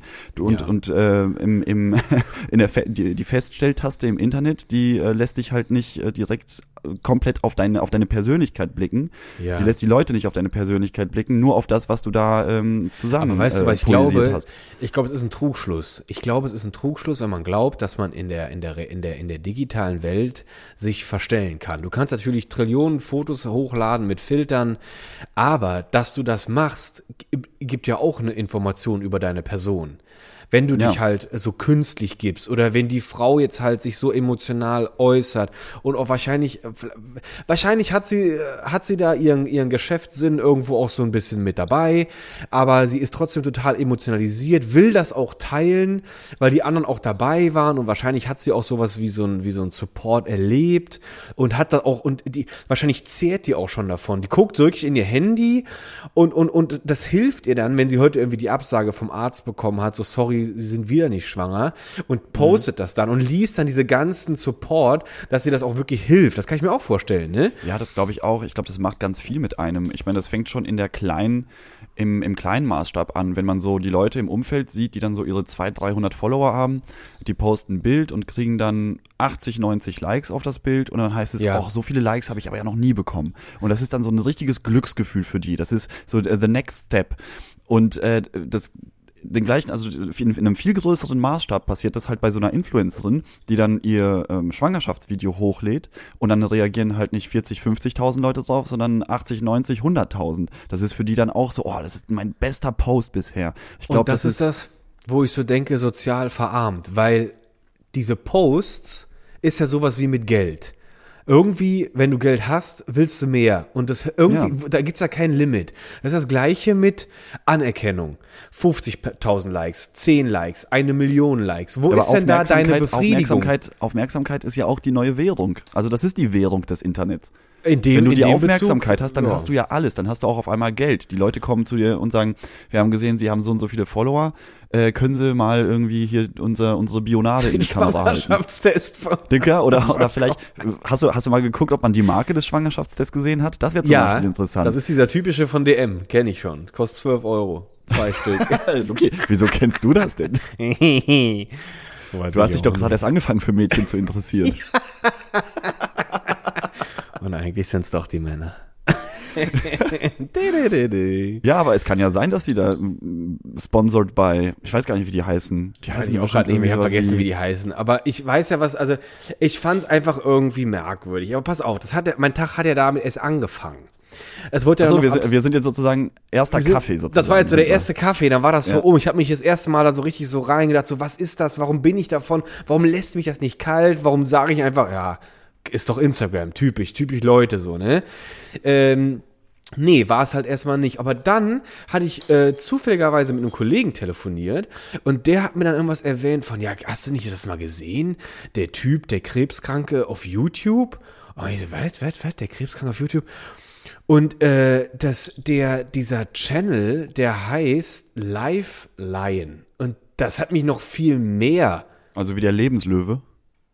die Feststelltaste im Internet, die lässt dich halt nicht direkt komplett auf deine Persönlichkeit blicken. Ja. Die lässt die Leute nicht auf deine Persönlichkeit blicken, nur auf das, was du da zusammen Aber weißt du, was ich polarisiert glaube? hast. Ich glaube, es ist ein Trugschluss. Ich glaube, es ist ein Trugschluss, wenn man glaubt, dass man in der digitalen Welt sich verstellen kann. Du kannst natürlich Trillionen Fotos hochladen mit Filtern, aber dass du das machst, gibt ja auch eine Information über deine Person. Wenn du dich halt so künstlich gibst oder wenn die Frau jetzt halt sich so emotional äußert und auch wahrscheinlich hat sie da ihren Geschäftssinn irgendwo auch so ein bisschen mit dabei, aber sie ist trotzdem total emotionalisiert, will das auch teilen, weil die anderen auch dabei waren und wahrscheinlich hat sie auch sowas wie so ein Support erlebt und hat da auch wahrscheinlich zehrt die auch schon davon. Die guckt wirklich in ihr Handy und das hilft ihr dann, wenn sie heute irgendwie die Absage vom Arzt bekommen hat, so sorry, sie sind wieder nicht schwanger und postet das dann und liest dann diese ganzen Support, dass sie das auch wirklich hilft. Das kann ich mir auch vorstellen, ne? Ja, das glaube ich auch. Ich glaube, das macht ganz viel mit einem. Ich meine, das fängt schon im kleinen Maßstab an, wenn man so die Leute im Umfeld sieht, die dann so ihre 200-300 Follower haben, die posten ein Bild und kriegen dann 80, 90 Likes auf das Bild und dann heißt es, so viele Likes habe ich aber ja noch nie bekommen. Und das ist dann so ein richtiges Glücksgefühl für die. Das ist so the next step. Und den gleichen, also in einem viel größeren Maßstab passiert das halt bei so einer Influencerin, die dann ihr Schwangerschaftsvideo hochlädt und dann reagieren halt nicht 40, 50.000 Leute drauf, sondern 80, 90, 100.000. Das ist für die dann auch so, das ist mein bester Post bisher. Ich glaube, das ist das, wo ich so denke, sozial verarmt, weil diese Posts ist ja sowas wie mit Geld. Irgendwie, wenn du Geld hast, willst du mehr. Und da gibt's ja kein Limit. Das ist das Gleiche mit Anerkennung. 50.000 Likes, 10 Likes, 1 Million Likes. Wo ist denn da deine Befriedigung? Aufmerksamkeit ist ja auch die neue Währung. Also das ist die Währung des Internets. Wenn du die Aufmerksamkeit hast, dann hast du ja alles. Dann hast du auch auf einmal Geld. Die Leute kommen zu dir und sagen, wir haben gesehen, sie haben so und so viele Follower. Können sie mal irgendwie hier unsere Bionade in die Kamera halten? Schwangerschaftstest. Dicker, oder vielleicht, hast du mal geguckt, ob man die Marke des Schwangerschaftstests gesehen hat? Das wäre zum Beispiel interessant. Das ist dieser typische von DM. Kenne ich schon. Kostet 12 Euro. 2 Stück. Okay, wieso kennst du das denn? Du hast dich doch gerade erst angefangen, für Mädchen zu interessieren. Und eigentlich sind es doch die Männer. Ja, aber es kann ja sein, dass die da sponsored by, ich weiß gar nicht, wie die heißen. Die heißen ich auch gerade nicht mehr, ich habe vergessen, wie die heißen. Aber ich weiß ja also ich fand es einfach irgendwie merkwürdig. Aber pass auf, mein Tag hat ja damit erst angefangen. Es wurde ja wir sind jetzt sozusagen Kaffee sozusagen. Das war jetzt so der erste Kaffee, dann war das so, ich habe mich das erste Mal da so richtig so reingedacht, so was ist das, warum bin ich davon, warum lässt mich das nicht kalt, warum sage ich einfach, ist doch Instagram, typisch Leute so, ne? Nee, war es halt erstmal nicht. Aber dann hatte ich zufälligerweise mit einem Kollegen telefoniert und der hat mir dann irgendwas erwähnt von, hast du nicht das mal gesehen? Der Typ, der Krebskranke auf YouTube? Und ich so, was, der Krebskranke auf YouTube? Und dieser Channel, der heißt Live Lion. Und das hat mich noch viel mehr. Also wie der Lebenslöwe?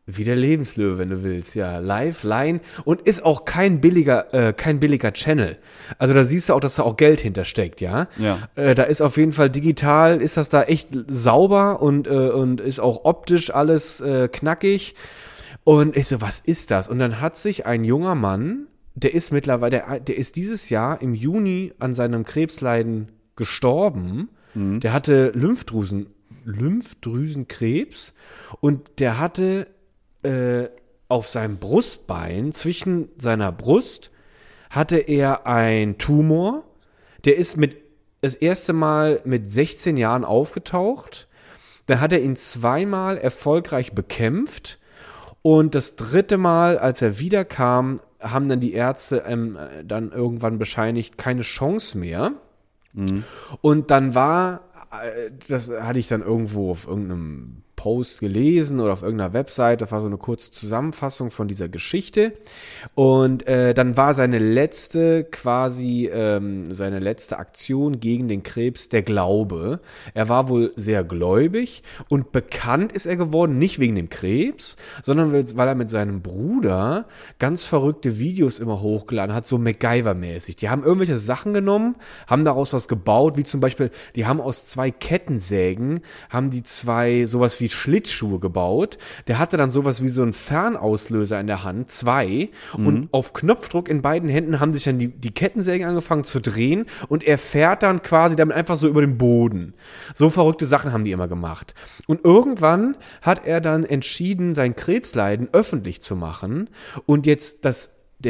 Wie der Lebenslöwe, wenn du willst, ja. Live, Line und ist auch kein billiger Channel. Also da siehst du auch, dass da auch Geld hintersteckt, ja. Ja. Da ist auf jeden Fall digital, ist das da echt sauber und ist auch optisch alles knackig. Und ich so, was ist das? Und dann hat sich ein junger Mann, der ist mittlerweile, der ist dieses Jahr im Juni an seinem Krebsleiden gestorben. Der hatte Lymphdrüsenkrebs und der hatte auf seinem Brustbein, zwischen seiner Brust, hatte er einen Tumor. Der ist das erste Mal mit 16 Jahren aufgetaucht. Dann hat er ihn zweimal erfolgreich bekämpft. Und das dritte Mal, als er wiederkam, haben dann die Ärzte dann irgendwann bescheinigt, keine Chance mehr. Und dann das hatte ich dann irgendwo auf irgendeinem Post gelesen oder auf irgendeiner Website, das war so eine kurze Zusammenfassung von dieser Geschichte und dann war seine letzte Aktion gegen den Krebs der Glaube. Er war wohl sehr gläubig und bekannt ist er geworden, nicht wegen dem Krebs, sondern weil er mit seinem Bruder ganz verrückte Videos immer hochgeladen hat, so MacGyver-mäßig. Die haben irgendwelche Sachen genommen, haben daraus was gebaut, wie zum Beispiel, die haben aus 2 Kettensägen, haben die 2 sowas wie Schlittschuhe gebaut. Der hatte dann sowas wie so einen Fernauslöser in der Hand, 2. Und auf Knopfdruck in beiden Händen haben sich dann die Kettensägen angefangen zu drehen und er fährt dann quasi damit einfach so über den Boden. So verrückte Sachen haben die immer gemacht. Und irgendwann hat er dann entschieden, sein Krebsleiden öffentlich zu machen und jetzt das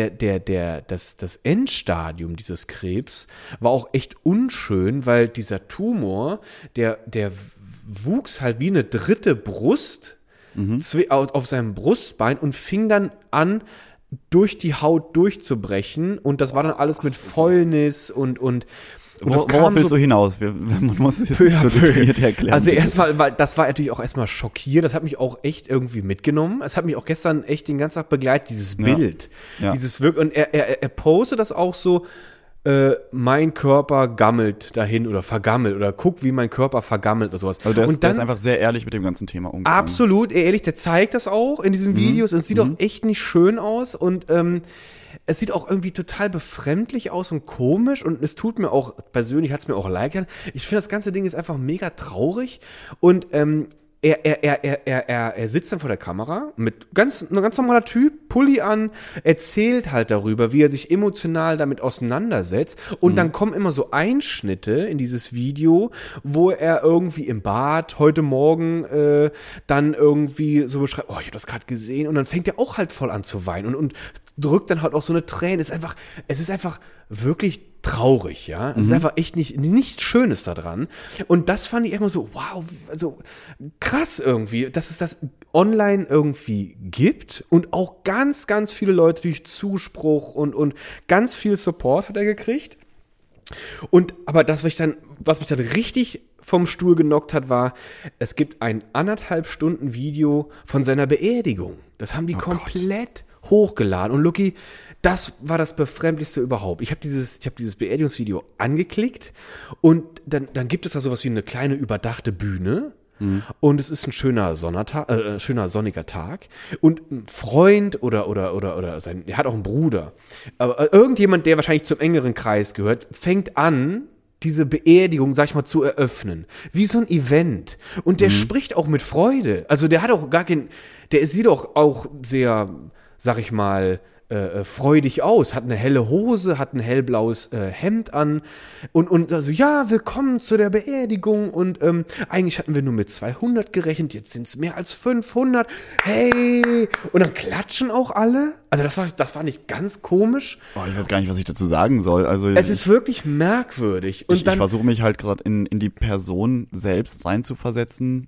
Endstadium dieses Krebs war auch echt unschön, weil dieser Tumor, der wuchs halt wie eine dritte Brust auf seinem Brustbein und fing dann an, durch die Haut durchzubrechen und das war dann alles mit Fäulnis und das worauf willst du hinaus? Man muss es jetzt nicht so detailliert erklären. Also erstmal, weil das war natürlich auch erstmal schockierend, das hat mich auch echt irgendwie mitgenommen. Es hat mich auch gestern echt den ganzen Tag begleitet, dieses Bild. Ja. Dieses und er postet das auch so, mein Körper gammelt dahin oder vergammelt oder guck, wie mein Körper vergammelt oder sowas. Also und der ist einfach sehr ehrlich mit dem ganzen Thema umgegangen. Absolut, ehrlich, der zeigt das auch in diesen Videos und es sieht auch echt nicht schön aus und es sieht auch irgendwie total befremdlich aus und komisch und es tut mir auch, persönlich hat es mir auch leid getan. Ich finde, das ganze Ding ist einfach mega traurig und er sitzt dann vor der Kamera mit ein ganz normaler Typ, Pulli an, erzählt halt darüber, wie er sich emotional damit auseinandersetzt und dann kommen immer so Einschnitte in dieses Video, wo er irgendwie im Bad heute Morgen dann irgendwie so beschreibt, oh, ich habe das gerade gesehen und dann fängt er auch halt voll an zu weinen und drückt dann halt auch so eine Träne. Es ist einfach wirklich traurig, ja. Es ist einfach echt nichts Schönes daran. Und das fand ich immer so, wow, also krass irgendwie, dass es das online irgendwie gibt und auch ganz, ganz viele Leute durch Zuspruch und ganz viel Support hat er gekriegt. Aber was mich dann richtig vom Stuhl genockt hat, war, es gibt ein 1,5 Stunden Video von seiner Beerdigung. Das haben die komplett hochgeladen. Und Lucky, das war das Befremdlichste überhaupt. Ich habe dieses Beerdigungsvideo angeklickt und dann gibt es da sowas wie eine kleine überdachte Bühne. Und es ist ein schöner sonniger Tag und ein Freund oder er hat auch einen Bruder, aber irgendjemand, der wahrscheinlich zum engeren Kreis gehört, fängt an, diese Beerdigung, sag ich mal, zu eröffnen. Wie so ein Event. Und der spricht auch mit Freude. Also der hat auch der sieht auch sehr, sag ich mal, freudig aus, hat eine helle Hose, hat ein hellblaues Hemd an und also, ja, willkommen zu der Beerdigung und eigentlich hatten wir nur mit 200 gerechnet, jetzt sind es mehr als 500, hey, und dann klatschen auch alle, also das war nicht ganz komisch. Boah, ich weiß gar nicht, was ich dazu sagen soll, also es ist wirklich merkwürdig. Und ich versuche mich halt gerade in die Person selbst reinzuversetzen.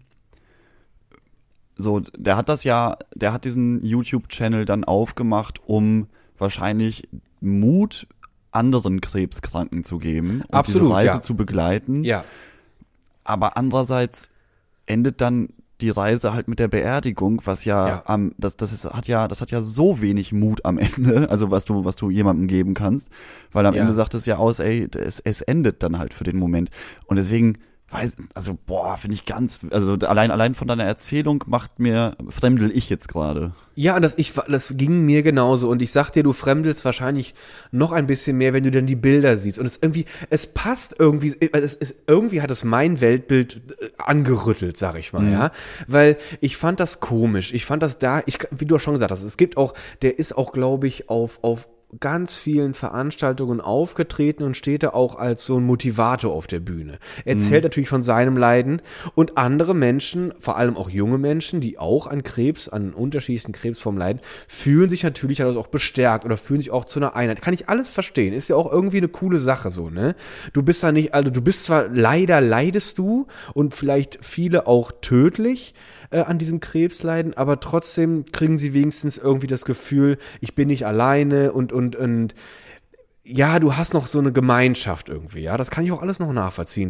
So, der hat diesen YouTube-Channel dann aufgemacht, um wahrscheinlich Mut anderen Krebskranken zu geben und Absolut, diese Reise zu begleiten. Ja. Aber andererseits endet dann die Reise halt mit der Beerdigung, was das hat ja so wenig Mut am Ende, also was du jemandem geben kannst, weil am Ende sagt es ja aus, ey, es endet dann halt für den Moment. Und deswegen finde ich also allein von deiner Erzählung fremdel ich jetzt gerade. Ja, das ging mir genauso und ich sag dir, du fremdelst wahrscheinlich noch ein bisschen mehr, wenn du dann die Bilder siehst und es passt irgendwie, irgendwie hat es mein Weltbild angerüttelt, sag ich mal, ja, weil ich fand das komisch, wie du auch schon gesagt hast, der ist auch, glaube ich, auf ganz vielen Veranstaltungen aufgetreten und steht da auch als so ein Motivator auf der Bühne. Erzählt natürlich von seinem Leiden und andere Menschen, vor allem auch junge Menschen, die auch an unterschiedlichsten Krebsformen leiden, fühlen sich natürlich auch bestärkt oder fühlen sich auch zu einer Einheit. Kann ich alles verstehen. Ist ja auch irgendwie eine coole Sache so, ne? Du bist zwar leidest du und vielleicht viele auch tödlich, an diesem Krebs leiden, aber trotzdem kriegen sie wenigstens irgendwie das Gefühl, ich bin nicht alleine und ja, du hast noch so eine Gemeinschaft irgendwie, ja, das kann ich auch alles noch nachvollziehen.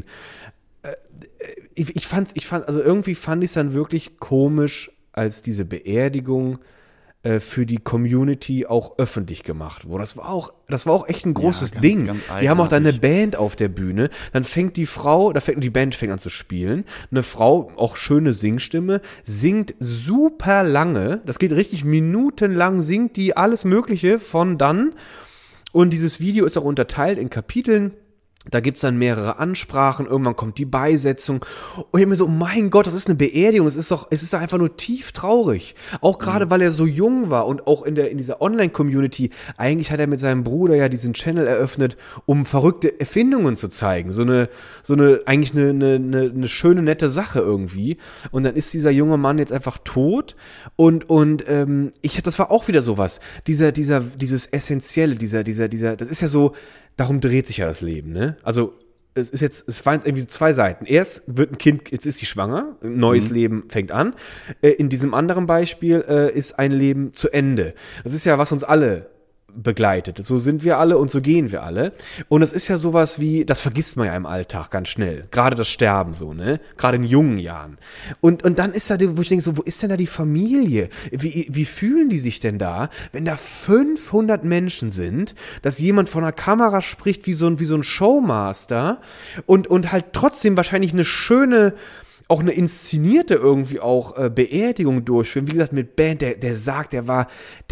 Irgendwie fand ich es dann wirklich komisch, als diese Beerdigung für die Community auch öffentlich gemacht wurde. Das war auch echt ein großes Ding. Ganz die haben auch dann eine Band auf der Bühne. Dann fängt die Band fängt an zu spielen. Eine Frau, auch schöne Singstimme, singt super lange. Das geht richtig minutenlang, singt die alles Mögliche von dann. Und dieses Video ist auch unterteilt in Kapiteln. Da gibt's dann mehrere Ansprachen, irgendwann kommt die Beisetzung und ich hab mir so, mein Gott, das ist eine Beerdigung, es ist doch einfach nur tief traurig. Auch gerade, weil er so jung war und auch in dieser Online-Community, eigentlich hat er mit seinem Bruder ja diesen Channel eröffnet, um verrückte Erfindungen zu zeigen. Eigentlich eine schöne, nette Sache irgendwie. Und dann ist dieser junge Mann jetzt einfach tot das war auch wieder sowas. Dieses Essentielle, das ist ja so, darum dreht sich ja das Leben, ne? Also, es waren jetzt irgendwie 2 Seiten. Erst wird ein Kind, jetzt ist sie schwanger, ein neues Leben fängt an. In diesem anderen Beispiel ist ein Leben zu Ende. Das ist ja, was uns alle begleitet. So sind wir alle und so gehen wir alle. Und es ist ja sowas wie, das vergisst man ja im Alltag ganz schnell. Gerade das Sterben so, ne? Gerade in jungen Jahren. Und dann ist da, wo ich denke so, wo ist denn da die Familie? Wie fühlen die sich denn da, wenn da 500 Menschen sind, dass jemand vor einer Kamera spricht wie so ein Showmaster und halt trotzdem wahrscheinlich auch eine inszenierte irgendwie auch Beerdigung durchführen. Wie gesagt, mit Band, der sagt, der war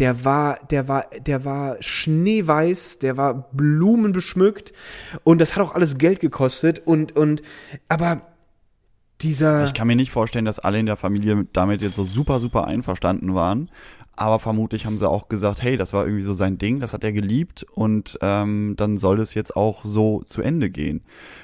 schneeweiß, der war blumenbeschmückt und das hat auch alles Geld gekostet aber ich kann mir nicht vorstellen, dass alle in der Familie damit jetzt so super, super einverstanden waren. Aber vermutlich haben sie auch gesagt, hey, das war irgendwie so sein Ding, das hat er geliebt und dann soll es jetzt auch so zu Ende gehen.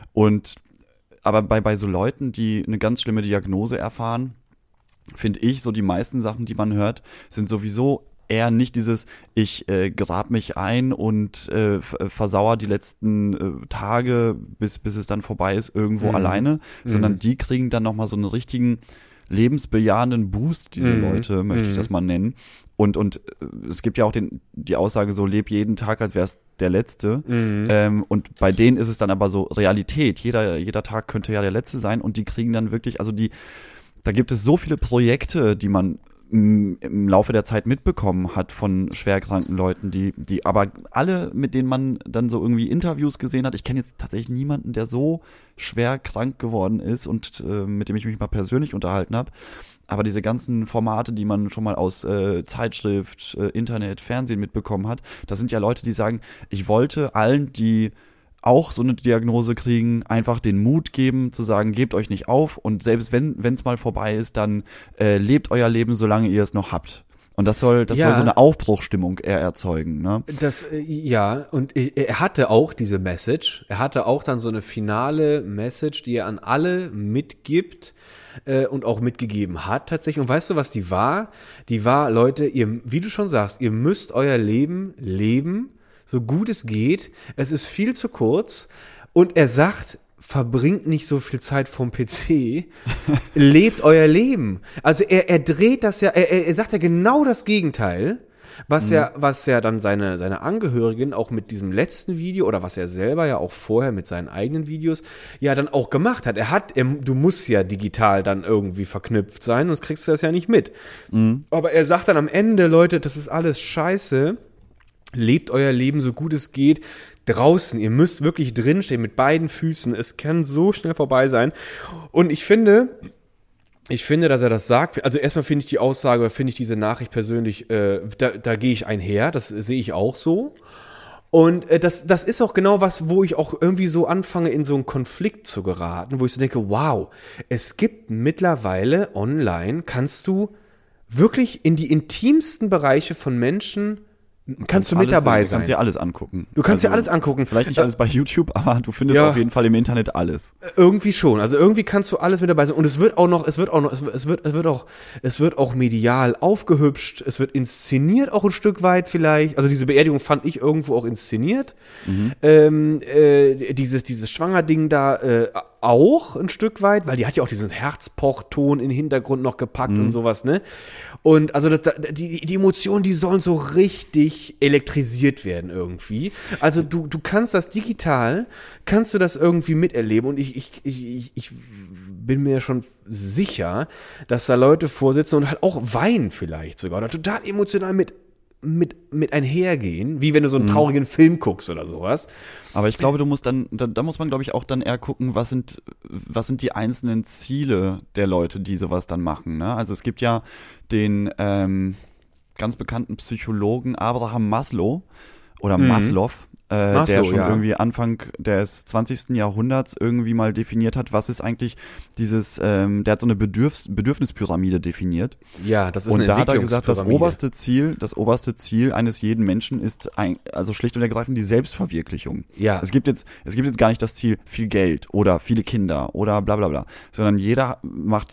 Aber bei so Leuten, die eine ganz schlimme Diagnose erfahren, finde ich, so die meisten Sachen, die man hört, sind sowieso eher nicht dieses, ich grab mich ein und versauer die letzten Tage, bis es dann vorbei ist, irgendwo alleine, sondern die kriegen dann nochmal so einen richtigen lebensbejahenden Boost, diese Leute, möchte ich das mal nennen. Und es gibt ja auch die Aussage so, leb jeden Tag, als wäre es der letzte. Und bei denen ist es dann aber so Realität. Jeder Tag könnte ja der letzte sein und die kriegen dann wirklich, da gibt es so viele Projekte, die man im Laufe der Zeit mitbekommen hat von schwerkranken Leuten, die aber alle, mit denen man dann so irgendwie Interviews gesehen hat. Ich kenne jetzt tatsächlich niemanden, der so schwer krank geworden ist und mit dem ich mich mal persönlich unterhalten habe. Aber diese ganzen Formate, die man schon mal aus Zeitschrift, Internet, Fernsehen mitbekommen hat, das sind ja Leute, die sagen, ich wollte allen, die auch so eine Diagnose kriegen, einfach den Mut geben, zu sagen, gebt euch nicht auf und selbst wenn es mal vorbei ist, dann lebt euer Leben, solange ihr es noch habt. Und das soll so eine Aufbruchsstimmung eher erzeugen, ne? Und er hatte auch diese Message, er hatte auch dann so eine finale Message, die er an alle mitgibt, und auch mitgegeben hat tatsächlich. Und weißt du, was die war? Die war, Leute, wie du schon sagst, ihr müsst euer Leben leben, so gut es geht. Es ist viel zu kurz. Und er sagt, verbringt nicht so viel Zeit vorm PC, lebt euer Leben. Also er dreht das ja, er sagt ja genau das Gegenteil. Was ja dann seine Angehörigen auch mit diesem letzten Video oder was er selber ja auch vorher mit seinen eigenen Videos ja dann auch gemacht hat. Du musst ja digital dann irgendwie verknüpft sein, sonst kriegst du das ja nicht mit. Aber er sagt dann am Ende, Leute, das ist alles scheiße. lebt euer Leben so gut es geht draußen. Ihr müsst wirklich drinstehen mit beiden Füßen. Es kann so schnell vorbei sein. Und ich finde, dass er das sagt. Also erstmal finde ich die Aussage, finde ich diese Nachricht persönlich, da gehe ich einher. Das sehe ich auch so. Und das ist auch genau was, wo ich auch irgendwie so anfange, in so einen Konflikt zu geraten, wo ich so denke, wow, es gibt mittlerweile online, kannst du wirklich in die intimsten Bereiche von Menschen kannst du mit dabei sein. Du kannst dir alles angucken. Du kannst dir alles angucken. Vielleicht nicht alles bei YouTube, aber du findest auf jeden Fall im Internet alles. Irgendwie schon. Also irgendwie kannst du alles mit dabei sein. Und es wird auch medial aufgehübscht. Es wird inszeniert auch ein Stück weit vielleicht. Also diese Beerdigung fand ich irgendwo auch inszeniert. Dieses Schwangerding da, auch ein Stück weit, weil die hat ja auch diesen Herzpochton in den Hintergrund noch gepackt und sowas, ne? Und also die Emotionen, die sollen so richtig elektrisiert werden irgendwie. Also du kannst das digital, kannst du das irgendwie miterleben und ich bin mir schon sicher, dass da Leute vorsitzen und halt auch weinen vielleicht sogar oder total emotional mit einhergehen, wie wenn du so einen traurigen Film guckst oder sowas. Aber ich glaube, du musst da muss man, glaube ich, auch dann eher gucken, was sind die einzelnen Ziele der Leute, die sowas dann machen, ne? Also es gibt ja den ganz bekannten Psychologen Abraham Maslow oder Maslow, der schon irgendwie Anfang des 20. Jahrhunderts irgendwie mal definiert hat, was ist eigentlich dieses, der hat so eine Bedürfnispyramide definiert. Ja, das ist und eine da hat er gesagt, das Entwicklungspyramide. oberste Ziel eines jeden Menschen ist also schlicht und ergreifend die Selbstverwirklichung. Ja. Es gibt jetzt gar nicht das Ziel viel Geld oder viele Kinder oder bla bla bla, sondern jeder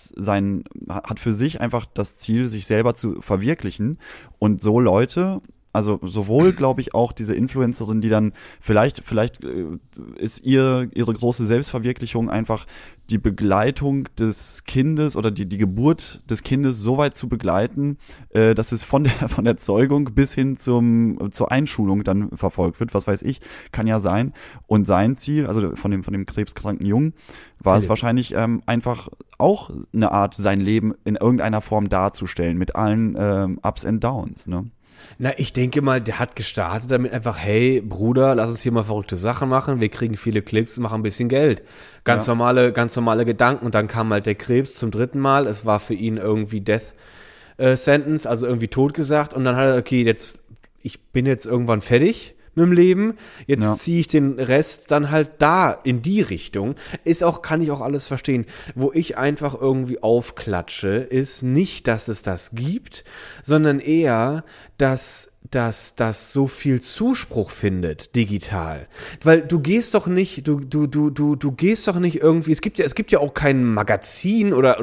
hat für sich einfach das Ziel, sich selber zu verwirklichen und so Leute. Also sowohl, glaube ich, auch diese Influencerin, die dann vielleicht ist ihre große Selbstverwirklichung einfach die Begleitung des Kindes oder die Geburt des Kindes so weit zu begleiten, dass es von der Zeugung bis hin zur Einschulung dann verfolgt wird. Was weiß ich, kann ja sein. Und sein Ziel, also von dem krebskranken Jungen, war es wahrscheinlich einfach auch eine Art, sein Leben in irgendeiner Form darzustellen mit allen Ups and Downs, ne? Na, ich denke mal, der hat gestartet damit einfach, hey, Bruder, lass uns hier mal verrückte Sachen machen, wir kriegen viele Klicks und machen ein bisschen Geld. Ganz normale Gedanken. Und dann kam halt der Krebs zum 3. Mal, es war für ihn irgendwie Death Sentence, also irgendwie tot gesagt. Und dann hat er, okay, ich bin jetzt irgendwann fertig mit dem Leben, jetzt ziehe ich den Rest dann halt da in die Richtung. Kann ich auch alles verstehen. Wo ich einfach irgendwie aufklatsche, ist nicht, dass es das gibt, sondern eher, dass das so viel Zuspruch findet, digital. Weil du gehst doch nicht, du gehst doch nicht irgendwie, es gibt ja auch kein Magazin oder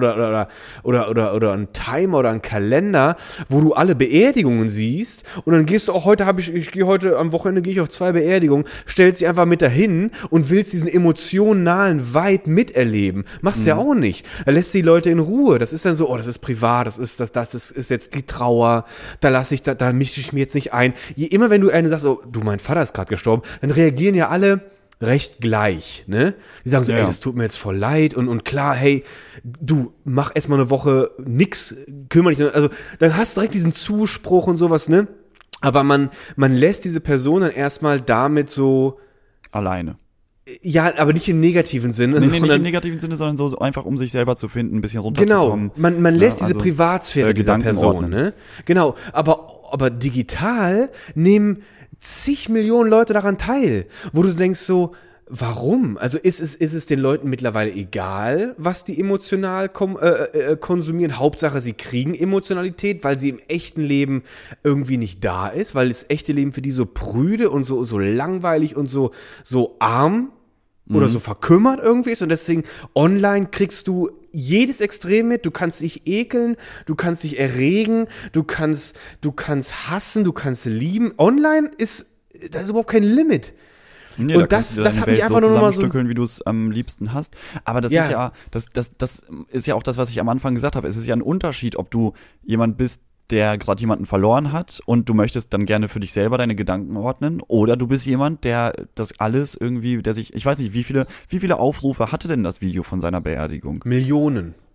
ein Timer oder ein Kalender, wo du alle Beerdigungen siehst und dann gehst du auch am Wochenende gehe ich auf 2 Beerdigungen, stellst dich einfach mit dahin und willst diesen emotionalen Vibe miterleben. Machst ja auch nicht. Da lässt die Leute in Ruhe. Das ist dann so, das ist privat, das ist jetzt die Trauer, da mische ich mir jetzt nicht ein. Immer wenn du eine sagst, oh, du, mein Vater ist gerade gestorben, dann reagieren ja alle recht gleich, ne? Die sagen so, ey, das tut mir jetzt voll leid und klar, hey, du, mach erstmal eine Woche nix, kümmere dich, also dann hast du direkt diesen Zuspruch und sowas, ne? Aber man lässt diese Person dann erstmal damit so alleine. Ja, aber nicht im negativen Sinne. Nee, nicht im negativen Sinne, sondern so einfach, um sich selber zu finden, ein bisschen runterzukommen. Genau, man lässt diese Privatsphäre dieser Person, ne? Genau, aber digital nehmen zig Millionen Leute daran teil, wo du denkst so, warum? Also ist es den Leuten mittlerweile egal, was die emotional konsumieren? Hauptsache, sie kriegen Emotionalität, weil sie im echten Leben irgendwie nicht da ist, weil das echte Leben für die so prüde und so langweilig und so arm oder so verkümmert irgendwie ist und deswegen online kriegst du jedes Extrem mit, du kannst dich ekeln, du kannst dich erregen, du kannst hassen, du kannst lieben. Online da ist überhaupt kein Limit. Nee, und das hat mich einfach nur noch mal so wie du es am liebsten hast. Aber das ist ja, das ist ja auch das, was ich am Anfang gesagt habe. Es ist ja ein Unterschied, ob du jemand bist, der gerade jemanden verloren hat und du möchtest dann gerne für dich selber deine Gedanken ordnen, oder du bist jemand, der das alles irgendwie, ich weiß nicht, wie viele Aufrufe hatte denn das Video von seiner Beerdigung? Millionen.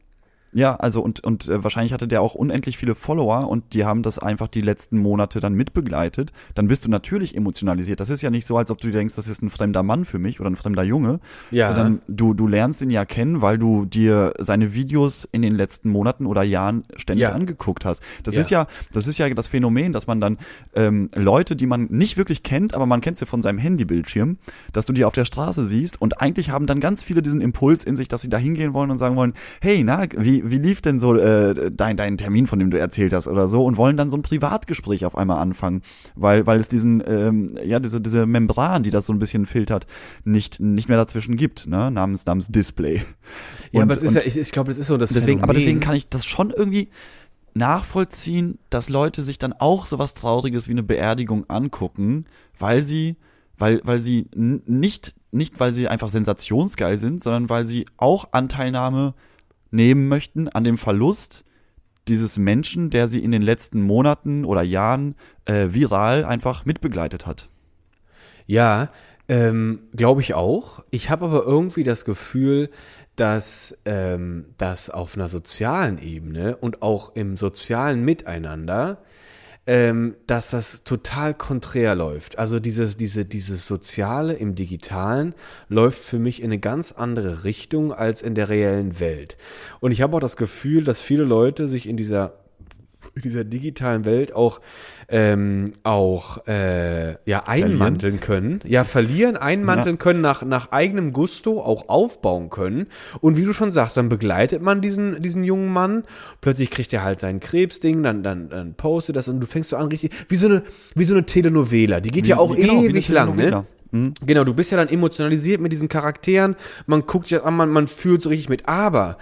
Ja, also und wahrscheinlich hatte der auch unendlich viele Follower und die haben das einfach die letzten Monate dann mitbegleitet. Dann bist du natürlich emotionalisiert. Das ist ja nicht so, als ob du denkst, das ist ein fremder Mann für mich oder ein fremder Junge, sondern du lernst ihn ja kennen, weil du dir seine Videos in den letzten Monaten oder Jahren ständig angeguckt hast. Das ist ja das Phänomen, dass man dann Leute, die man nicht wirklich kennt, aber man kennt sie von seinem Handybildschirm, dass du die auf der Straße siehst und eigentlich haben dann ganz viele diesen Impuls in sich, dass sie da hingehen wollen und sagen wollen, hey, na, wie lief denn so dein Termin, von dem du erzählt hast oder so, und wollen dann so ein Privatgespräch auf einmal anfangen, weil es diesen diese Membran, die das so ein bisschen filtert, nicht mehr dazwischen gibt, ne, namens Display. Ja, aber es ist ich glaube, das ist so das deswegen, Phänomen. aber deswegen kann ich das schon irgendwie nachvollziehen, dass Leute sich dann auch sowas Trauriges wie eine Beerdigung angucken, weil sie nicht weil sie einfach sensationsgeil sind, sondern weil sie auch Anteilnahme nehmen möchten an dem Verlust dieses Menschen, der sie in den letzten Monaten oder Jahren viral einfach mitbegleitet hat. Ja, glaube ich auch. Ich habe aber irgendwie das Gefühl, dass das auf einer sozialen Ebene und auch im sozialen Miteinander dass das total konträr läuft. Also dieses Soziale im Digitalen läuft für mich in eine ganz andere Richtung als in der reellen Welt. Und ich habe auch das Gefühl, dass viele Leute sich in dieser digitalen Welt auch einmanteln können, einmanteln können, nach eigenem Gusto auch aufbauen können. Und wie du schon sagst, dann begleitet man diesen jungen Mann, plötzlich kriegt er halt sein Krebsding, dann postet das und du fängst so an richtig, wie so eine Telenovela, die geht ja auch ewig lang, ne? Genau, du bist ja dann emotionalisiert mit diesen Charakteren, man guckt ja an, man fühlt so richtig mit, aber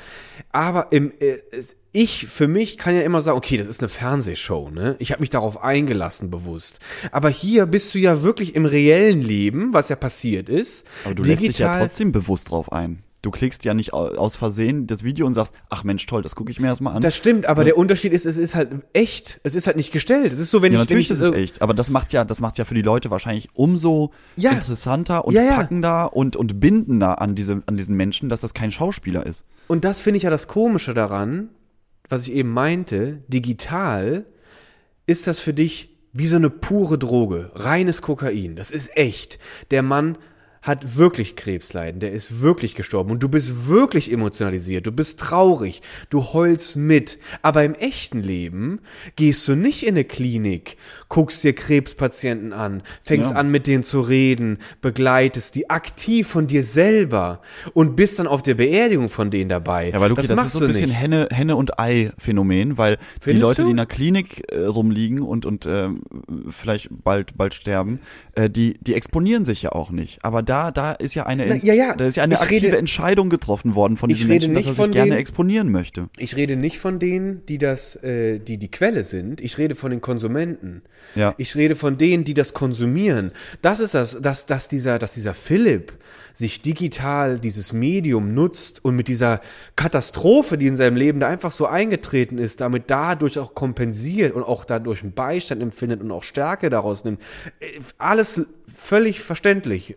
ich für mich kann ja immer sagen, okay, das ist eine Fernsehshow, ne? Ich habe mich darauf eingelassen bewusst. Aber hier bist du ja wirklich im reellen Leben, was ja passiert ist. Aber du lässt dich ja trotzdem bewusst drauf ein. Du klickst ja nicht aus Versehen das Video und sagst, ach Mensch, toll, das gucke ich mir erstmal an. Das stimmt, aber der Unterschied ist, es ist halt echt. Es ist halt nicht gestellt. Es ist so, natürlich ist es echt, aber das macht's ja für die Leute wahrscheinlich umso interessanter und packender und bindender an diesen Menschen, dass das kein Schauspieler ist. Und das finde ich ja das Komische daran, was ich eben meinte, digital ist das für dich wie so eine pure Droge, reines Kokain. Das ist echt. Der Mann hat wirklich Krebsleiden, der ist wirklich gestorben und du bist wirklich emotionalisiert, du bist traurig, du heulst mit, aber im echten Leben gehst du nicht in eine Klinik, guckst dir Krebspatienten an, fängst an mit denen zu reden, begleitest die aktiv von dir selber und bist dann auf der Beerdigung von denen dabei. Ja, weil Luki, das ist so ein bisschen Henne- und Ei-Phänomen, weil die Leute, die in der Klinik rumliegen und vielleicht bald sterben, die exponieren sich ja auch nicht, aber da ist ja eine aktive Entscheidung getroffen worden von diesen Menschen, dass er sich gerne exponieren möchte. Ich rede nicht von denen, die die Quelle sind. Ich rede von den Konsumenten. Ja. Ich rede von denen, die das konsumieren. Das ist dass dieser Philipp sich digital dieses Medium nutzt und mit dieser Katastrophe, die in seinem Leben da einfach so eingetreten ist, damit dadurch auch kompensiert und auch dadurch einen Beistand empfindet und auch Stärke daraus nimmt. Alles völlig verständlich.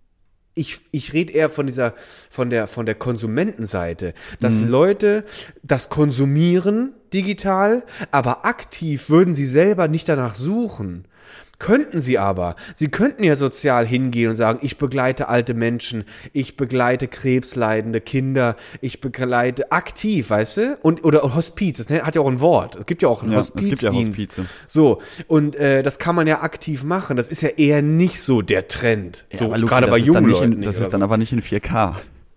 Ich rede eher von der Konsumentenseite, dass Leute das konsumieren digital, aber aktiv würden sie selber nicht danach suchen. Könnten sie aber. Sie könnten ja sozial hingehen und sagen, ich begleite alte Menschen, ich begleite krebsleidende Kinder, ich begleite aktiv, weißt du? Oder Hospiz, das hat ja auch ein Wort. Es gibt ja auch einen Hospizdienst. Es gibt ja Hospize. So, und das kann man ja aktiv machen. Das ist ja eher nicht so der Trend. Ja, so, aber Luki, gerade bei jungen Leuten. Das ist dann aber nicht in 4K.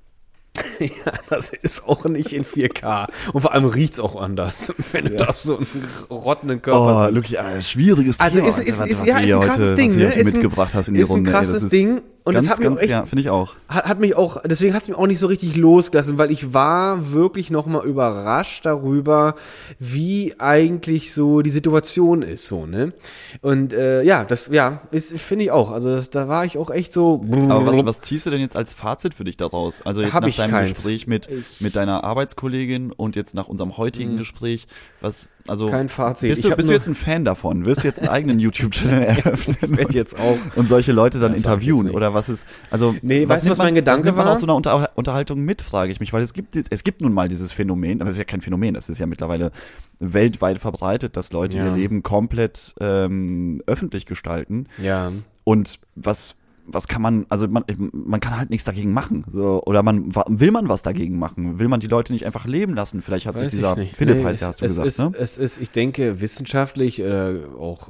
Ja, das ist auch nicht in 4K. Und vor allem riecht's auch anders, wenn du da so einen rottenden Körper siehst. Oh, Luki, schwieriges Thema. Also ist ein krasses Ding, ne? Mitgebracht hast in die Runde. Ist ein krasses Ding. Und ganz, das hat mich auch echt, finde ich auch. Deswegen hat's mich auch nicht so richtig losgelassen, weil ich war wirklich nochmal überrascht darüber, wie eigentlich so die Situation ist, so, ne? Und, finde ich auch. Also, da war ich auch echt so. Aber was ziehst du denn jetzt als Fazit für dich daraus? Also jetzt nach deinem Gespräch mit deiner Arbeitskollegin und jetzt nach unserem heutigen Gespräch, was Also kein Fazit. Bist du jetzt ein Fan davon? Wirst du jetzt einen eigenen YouTube-Channel eröffnen? Ich werd jetzt auch. Und solche Leute dann Das sag ich interviewen? jetzt nicht. Oder was ist, also. Nee, weißt du, was mein Gedanke was nimmt man war? aus so einer Unterhaltung mit, frage ich mich, weil es gibt nun mal dieses Phänomen, aber es ist ja kein Phänomen, es ist ja mittlerweile weltweit verbreitet, dass Leute ihr Leben komplett öffentlich gestalten. Ja. Und was kann man, also man kann halt nichts dagegen machen. So, oder will man was dagegen machen? Will man die Leute nicht einfach leben lassen? Vielleicht hat sich dieser Philipp heißt ja, hast du gesagt, ne? Es ist, ich denke, wissenschaftlich, auch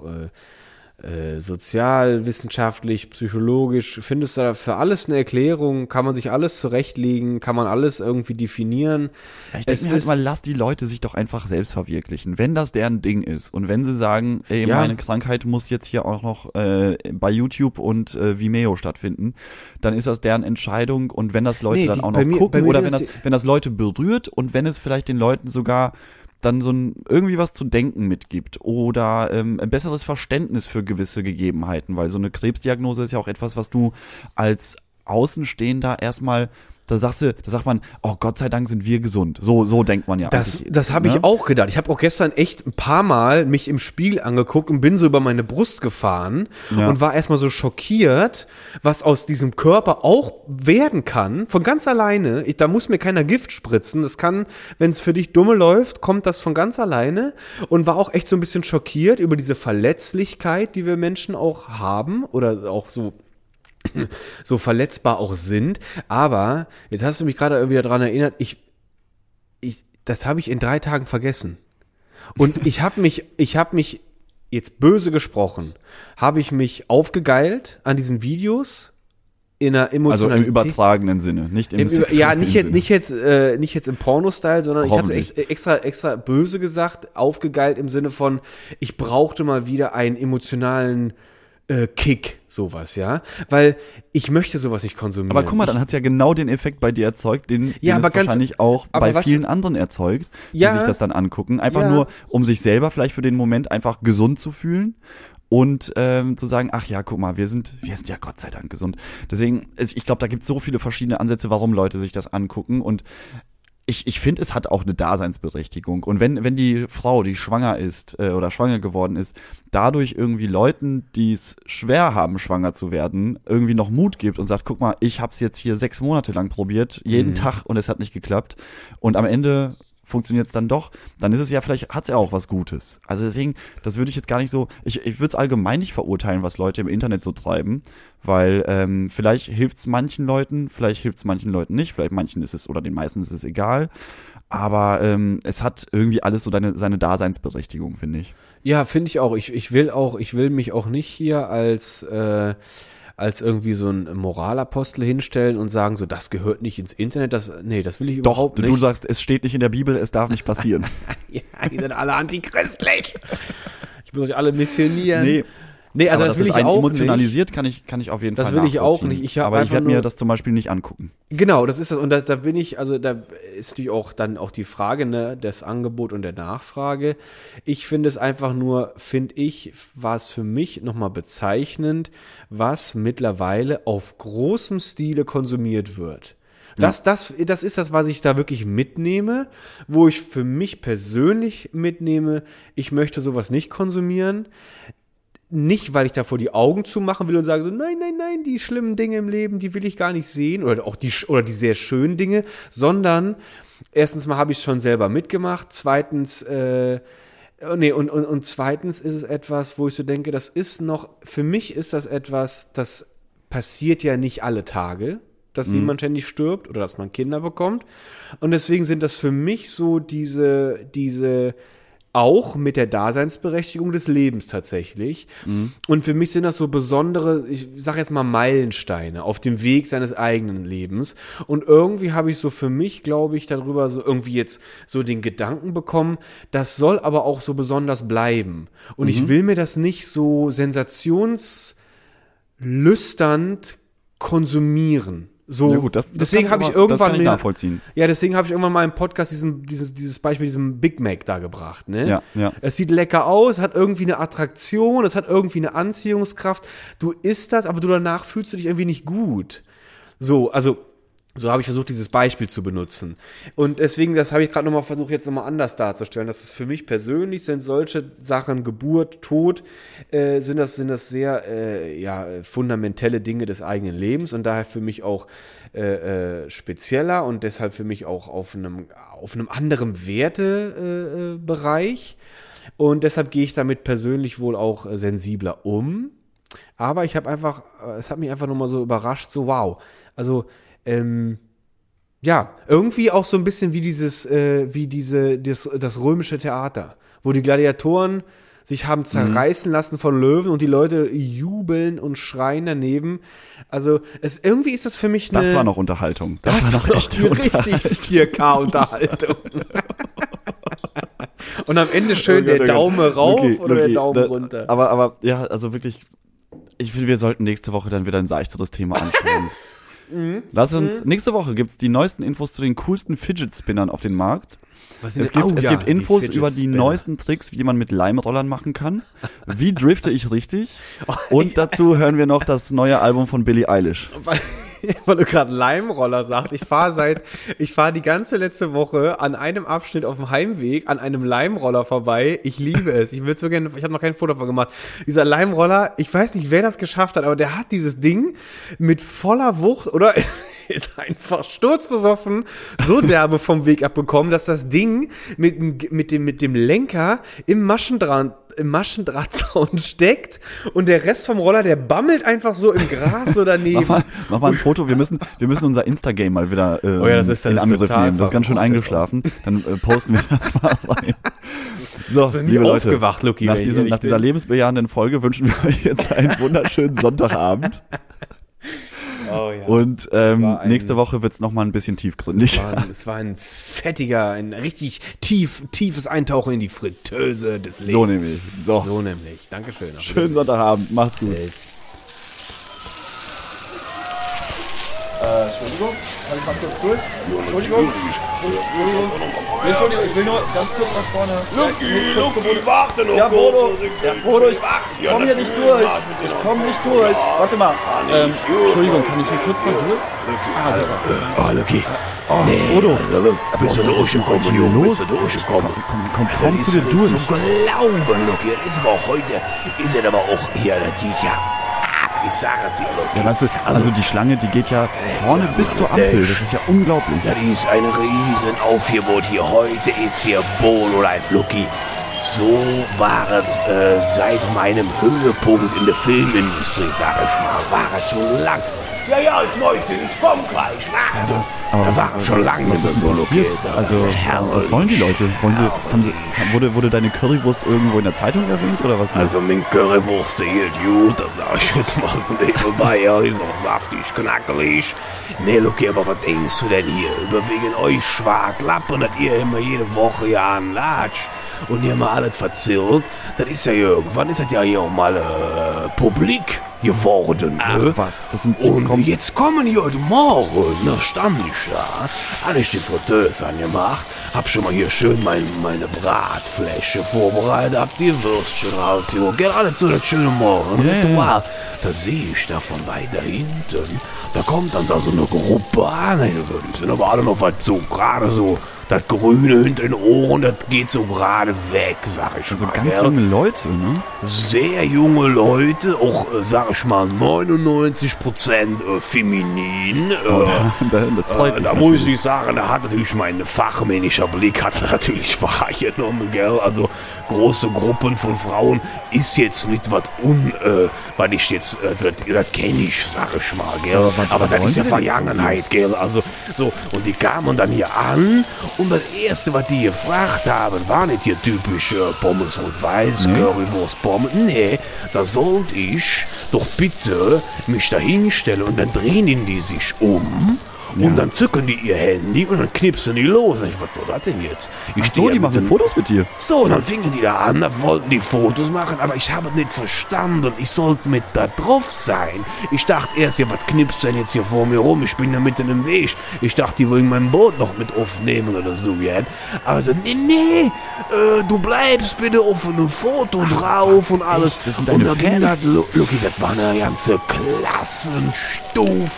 sozialwissenschaftlich, psychologisch, findest du da für alles eine Erklärung, kann man sich alles zurechtlegen, kann man alles irgendwie definieren. Ja, ich denke mir halt mal, lass die Leute sich doch einfach selbst verwirklichen, wenn das deren Ding ist und wenn sie sagen, ey, meine Krankheit muss jetzt hier auch noch bei YouTube und Vimeo stattfinden, dann ist das deren Entscheidung und wenn das Leute dann auch noch gucken oder wenn das Leute berührt und wenn es vielleicht den Leuten sogar dann so irgendwie was zu denken mitgibt oder ein besseres Verständnis für gewisse Gegebenheiten, weil so eine Krebsdiagnose ist ja auch etwas, was du als Außenstehender erstmal, da sagt man, oh Gott sei Dank sind wir gesund. So denkt man ja eigentlich. Das habe ich auch gedacht. Ich habe auch gestern echt ein paar Mal mich im Spiegel angeguckt und bin so über meine Brust gefahren und war erstmal so schockiert, was aus diesem Körper auch werden kann, von ganz alleine. Da muss mir keiner Gift spritzen. Das kann, wenn es für dich dumme läuft, kommt das von ganz alleine und war auch echt so ein bisschen schockiert über diese Verletzlichkeit, die wir Menschen auch haben oder auch so verletzbar auch sind, aber jetzt hast du mich gerade wieder daran erinnert, das habe ich in 3 Tagen vergessen. Und ich habe mich jetzt böse gesprochen, habe ich mich aufgegeilt an diesen Videos in einer Emotionalität. Also im übertragenen Sinne, nicht im ja, nicht jetzt im Porno-Style, sondern ich habe extra böse gesagt, aufgegeilt im Sinne von, ich brauchte mal wieder einen emotionalen Kick, sowas, ja, weil ich möchte sowas nicht konsumieren. Aber guck mal, dann hat's ja genau den Effekt bei dir erzeugt, den es wahrscheinlich auch bei vielen anderen erzeugt, die sich das dann angucken, einfach nur, um sich selber vielleicht für den Moment einfach gesund zu fühlen und zu sagen, ach ja, guck mal, wir sind ja Gott sei Dank gesund. Deswegen, ich glaube, da gibt's so viele verschiedene Ansätze, warum Leute sich das angucken und ich finde, es hat auch eine Daseinsberechtigung. Und wenn die Frau, die schwanger ist oder schwanger geworden ist, dadurch irgendwie Leuten, die es schwer haben, schwanger zu werden, irgendwie noch Mut gibt und sagt, guck mal, ich habe es jetzt hier 6 Monate lang probiert, jeden Tag und es hat nicht geklappt. Und am Ende funktioniert es dann doch, dann ist es ja, vielleicht hat es ja auch was Gutes. Also deswegen, das würde ich jetzt gar nicht so, ich würde es allgemein nicht verurteilen, was Leute im Internet so treiben, weil vielleicht hilft es manchen Leuten, vielleicht hilft es manchen Leuten nicht, vielleicht manchen ist es oder den meisten ist es egal, aber es hat irgendwie alles so seine Daseinsberechtigung, finde ich. Ja, finde ich auch. Ich will mich auch nicht hier als irgendwie so ein Moralapostel hinstellen und sagen, so, das gehört nicht ins Internet, das will ich überhaupt nicht. Du sagst, es steht nicht in der Bibel, es darf nicht passieren. Ja, die sind alle antichristlich. Ich will euch alle missionieren. Nee, also das will ich auch emotionalisiert nicht. kann ich auf jeden Fall nachvollziehen. Das will ich auch nicht. Aber ich werde mir das zum Beispiel nicht angucken. Genau, das ist das. Und da bin ich, also da ist natürlich auch dann auch die Frage, ne, des Angebot und der Nachfrage. Ich finde es einfach nur, war es für mich nochmal bezeichnend, was mittlerweile auf großem Stile konsumiert wird. Das ist das, was ich da wirklich mitnehme, wo ich für mich persönlich mitnehme, ich möchte sowas nicht konsumieren. Nicht, weil ich davor die Augen zumachen will und sage so, nein, die schlimmen Dinge im Leben, die will ich gar nicht sehen oder auch die sehr schönen Dinge, sondern erstens mal habe ich es schon selber mitgemacht, zweitens zweitens ist es etwas, wo ich so denke, für mich ist das etwas, das passiert ja nicht alle Tage, dass jemand ständig stirbt oder dass man Kinder bekommt und deswegen sind das für mich so diese auch mit der Daseinsberechtigung des Lebens tatsächlich. Und für mich sind das so besondere, ich sag jetzt mal Meilensteine auf dem Weg seines eigenen Lebens. Und irgendwie habe ich so für mich, glaube ich, darüber so irgendwie jetzt so den Gedanken bekommen, das soll aber auch so besonders bleiben. Und ich will mir das nicht so sensationslüsternd konsumieren. So, ja gut, deswegen habe ich irgendwann das kann ich nachvollziehen. Ja, deswegen habe ich irgendwann mal im Podcast dieses Beispiel, diesem Big Mac da gebracht, ne? Ja. Es sieht lecker aus, hat irgendwie eine Attraktion, es hat irgendwie eine Anziehungskraft. Du isst das, aber danach fühlst du dich irgendwie nicht gut. So, also So habe ich versucht, dieses Beispiel zu benutzen. Und deswegen, das habe ich gerade nochmal versucht, jetzt nochmal anders darzustellen. Das ist für mich persönlich, sind solche Sachen, Geburt, Tod, sind das sehr fundamentelle Dinge des eigenen Lebens und daher für mich auch spezieller und deshalb für mich auch auf einem anderen Wertebereich. Und deshalb gehe ich damit persönlich wohl auch sensibler um. Aber es hat mich einfach nochmal so überrascht, so wow. Also, irgendwie auch so ein bisschen wie das römische Theater, wo die Gladiatoren sich haben zerreißen lassen von Löwen und die Leute jubeln und schreien daneben. Also, irgendwie ist das für mich Das war noch Unterhaltung. Das war noch die richtig 4K-Unterhaltung. Und am Ende schön der Daumen rauf oder der Daumen runter. Aber ja, also wirklich, ich finde, wir sollten nächste Woche dann wieder ein seichteres Thema anschauen. Lass uns, nächste Woche gibt's die neuesten Infos zu den coolsten Fidget-Spinnern auf den Markt. Es gibt Infos über die neuesten Tricks, wie man mit Leimrollern machen kann. Wie drifte ich richtig? Und dazu hören wir noch das neue Album von Billie Eilish. Weil du gerade Leimroller sagst, ich fahre die ganze letzte Woche an einem Abschnitt auf dem Heimweg an einem Leimroller vorbei. Ich liebe es. Ich habe noch kein Foto davon gemacht. Dieser Leimroller, ich weiß nicht, wer das geschafft hat, aber der hat dieses Ding mit voller Wucht, oder? Ist einfach sturzbesoffen so derbe vom Weg abbekommen, dass das Ding mit dem Lenker im Maschendrahtzaun steckt und der Rest vom Roller, der bammelt einfach so im Gras so daneben. Mach mal ein Foto, wir müssen unser Insta-Game mal wieder in Angriff nehmen. Das ist ganz schön eingeschlafen. Dann posten wir das mal rein. So, liebe Leute, Luki, nach dieser lebensbejahenden Folge wünschen wir euch jetzt einen wunderschönen Sonntagabend. Oh, ja. Und nächste Woche wird's noch mal ein bisschen tiefgründig. Es war ein richtig tiefes Eintauchen in die Fritteuse des Lebens. So nämlich. Dankeschön. Schönen Sonntagabend. Macht's gut. Entschuldigung, kann ich mal kurz durch? Entschuldigung, ich will nur ganz kurz nach vorne. Luki, warte noch. Ja, Bodo, ich komm hier nicht durch. Warte mal. Entschuldigung, kann ich hier kurz mal durch? Oh, Luki. Bodo, Bist du durchgekommen, Junge? Bist du durchgekommen? Komm kaum zu dir durch. Zu glauben, Luki. Das ist aber auch heute, ist es aber auch hier, ich sage dir, Luki. Ja, weißt du, also die Schlange, die geht ja vorne bis zur Ampel. Das ist ja unglaublich. Das ist ein riesen Aufgebot hier. Heute ist hier Bolo Life, Luki. So war es seit meinem Höhepunkt in der Filmindustrie, sag ich mal, war es schon lang. Ja, ist Leute, ich komm gleich. Aber da waren schon lange was ist so passiert? Also, was wollen die Leute? Wurde deine Currywurst irgendwo in der Zeitung erwähnt oder was? Also, mein Currywurst hielt gut, das sag ich jetzt mal so nebenbei. Ja, ist auch saftig, knackelig. Nee, Luki, aber was denkst du denn hier? Überwiegen euch Schwartlappen, dass ihr immer jede Woche hier anlatscht und ihr mal alles verzirrt? Das ist ja irgendwann, ist das ja hier auch mal publik geworden. Ach, was? Das sind und jetzt kommen hier heute Morgen, da stand ich da, habe ich die Fritteuse angemacht, hab schon mal hier schön meine Bratfläche vorbereitet, hab die Würstchen rausgeholt, gerade zu das schöne Morgen. Yeah. Da sehe ich da von weiter hinten, da kommt dann da so eine Gruppe an, die sind aber alle noch was so gerade so, das Grüne hinter den Ohren, das geht so gerade weg, sag ich also mal. Ganz junge Leute, ne? Sehr junge Leute, auch, sag ich mal, 99% feminin. Das freut mich da muss ich sagen, da hat natürlich mein fachmännischer Blick hat er natürlich wahrgenommen, gell? Also große Gruppen von Frauen ist jetzt nicht was weil ich jetzt, das kenne ich, sag ich mal, gell? Aber das ist ja Vergangenheit, gell? Also so, und die kamen dann hier an und das erste, was die gefragt haben, war nicht hier typische Pommes Rot-Weiß, Currywurst, Pommes. Nee, da sollte ich doch bitte mich da hinstellen und dann drehen die sich um. Ja. Und dann zücken die ihr Handy und dann knipsen die los. Ich, was soll das denn jetzt? Die machen Fotos mit dir. So, und dann fingen die da an, da wollten die Fotos machen, aber ich habe nicht verstanden. Ich sollte mit da drauf sein. Ich dachte erst, ja, was knipst denn jetzt hier vor mir rum? Ich bin da mitten im Weg. Ich dachte, die wollen mein Boot noch mit aufnehmen oder so, ja. Aber so, nee, du bleibst bitte auf einem Foto drauf und alles. Das sind deine und da ging das, Luki, das war eine ganze Klassenstufe.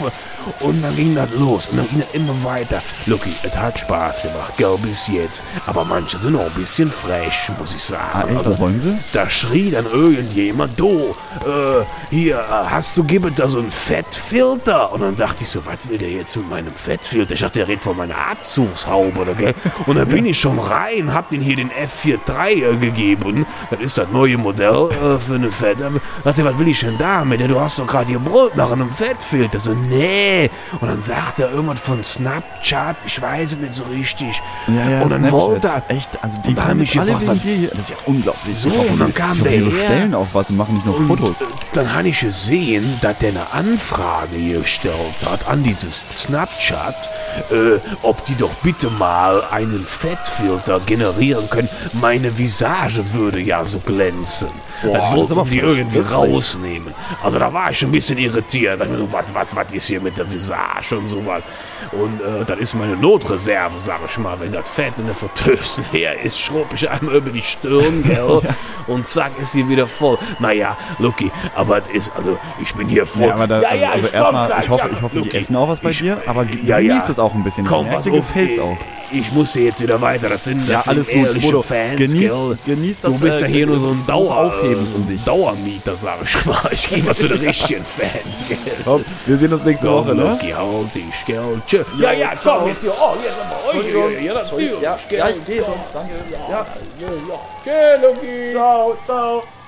Und dann ging das los und dann ging das immer weiter. Lucky, es hat Spaß gemacht, gell, bis jetzt. Aber manche sind auch ein bisschen frech, muss ich sagen. Ah, echt? Was wollen sie? Da schrie dann irgendjemand, du, hier, hast du, gibt es da so einen Fettfilter? Und dann dachte ich so, was will der jetzt mit meinem Fettfilter? Ich dachte, der redet von meiner Abzugshaube, oder gell? Und dann bin ich schon rein, hab den hier den F43 gegeben. Das ist das neue Modell für einen Fett. Dachte, was will ich denn damit? Du hast doch gerade gebrüllt nach einem Fettfilter. So, nee. Und dann sagt er irgendwas von Snapchat, ich weiß es nicht so richtig. Ja, und dann Snapchat. wollte er, Echt, also die haben mich alle gefragt, wegen dir hier. Das ist ja unglaublich. So, und dann kam der Die her. bestellen auch was und machen nicht nur Fotos. Dann habe ich gesehen, dass der eine Anfrage hier gestellt hat an dieses Snapchat, ob die doch bitte mal einen Fettfilter generieren können. Meine Visage würde ja so glänzen. Boah, das das ist wollten aber die frech. irgendwie Das ist frech. rausnehmen. Also da war ich schon ein bisschen irritiert. Was ist hier mit der Visage und so was. Und das ist meine Notreserve, sag ich mal. Wenn das Fett in der Vertösen her ist, schrubb ich einmal über die Stirn, gell? Und zack, ist die wieder voll. Naja, Lucky, aber es ist, also ich bin hier voll. Ja, aber da, also ich erstmal, komm ich hoffe, gleich, die Lucky, essen auch was bei ich- dir, aber ja, genießt ja. es auch ein bisschen. Komm, Mir pass auf, gefällt's auch. Ich muss hier jetzt wieder weiter. Das sind Alles gut, ehrliche Bodo. Fans, Genieß gell? das. Du bist ja hier nur so ein Aufhebens um dich. Dauermieter, sag ich mal. Ich gehe mal zu den richtigen Fans, gell? Komm, wir sehen uns nächste Woche, ne? Lucky, halt dich, gell? Tschö. Ja, komm, jetzt hier. Oh, jetzt aber. Ja, das Bier. Ja, ich gehe schon. Danke. Ja. Tschö, Lucky. Ciao, ciao.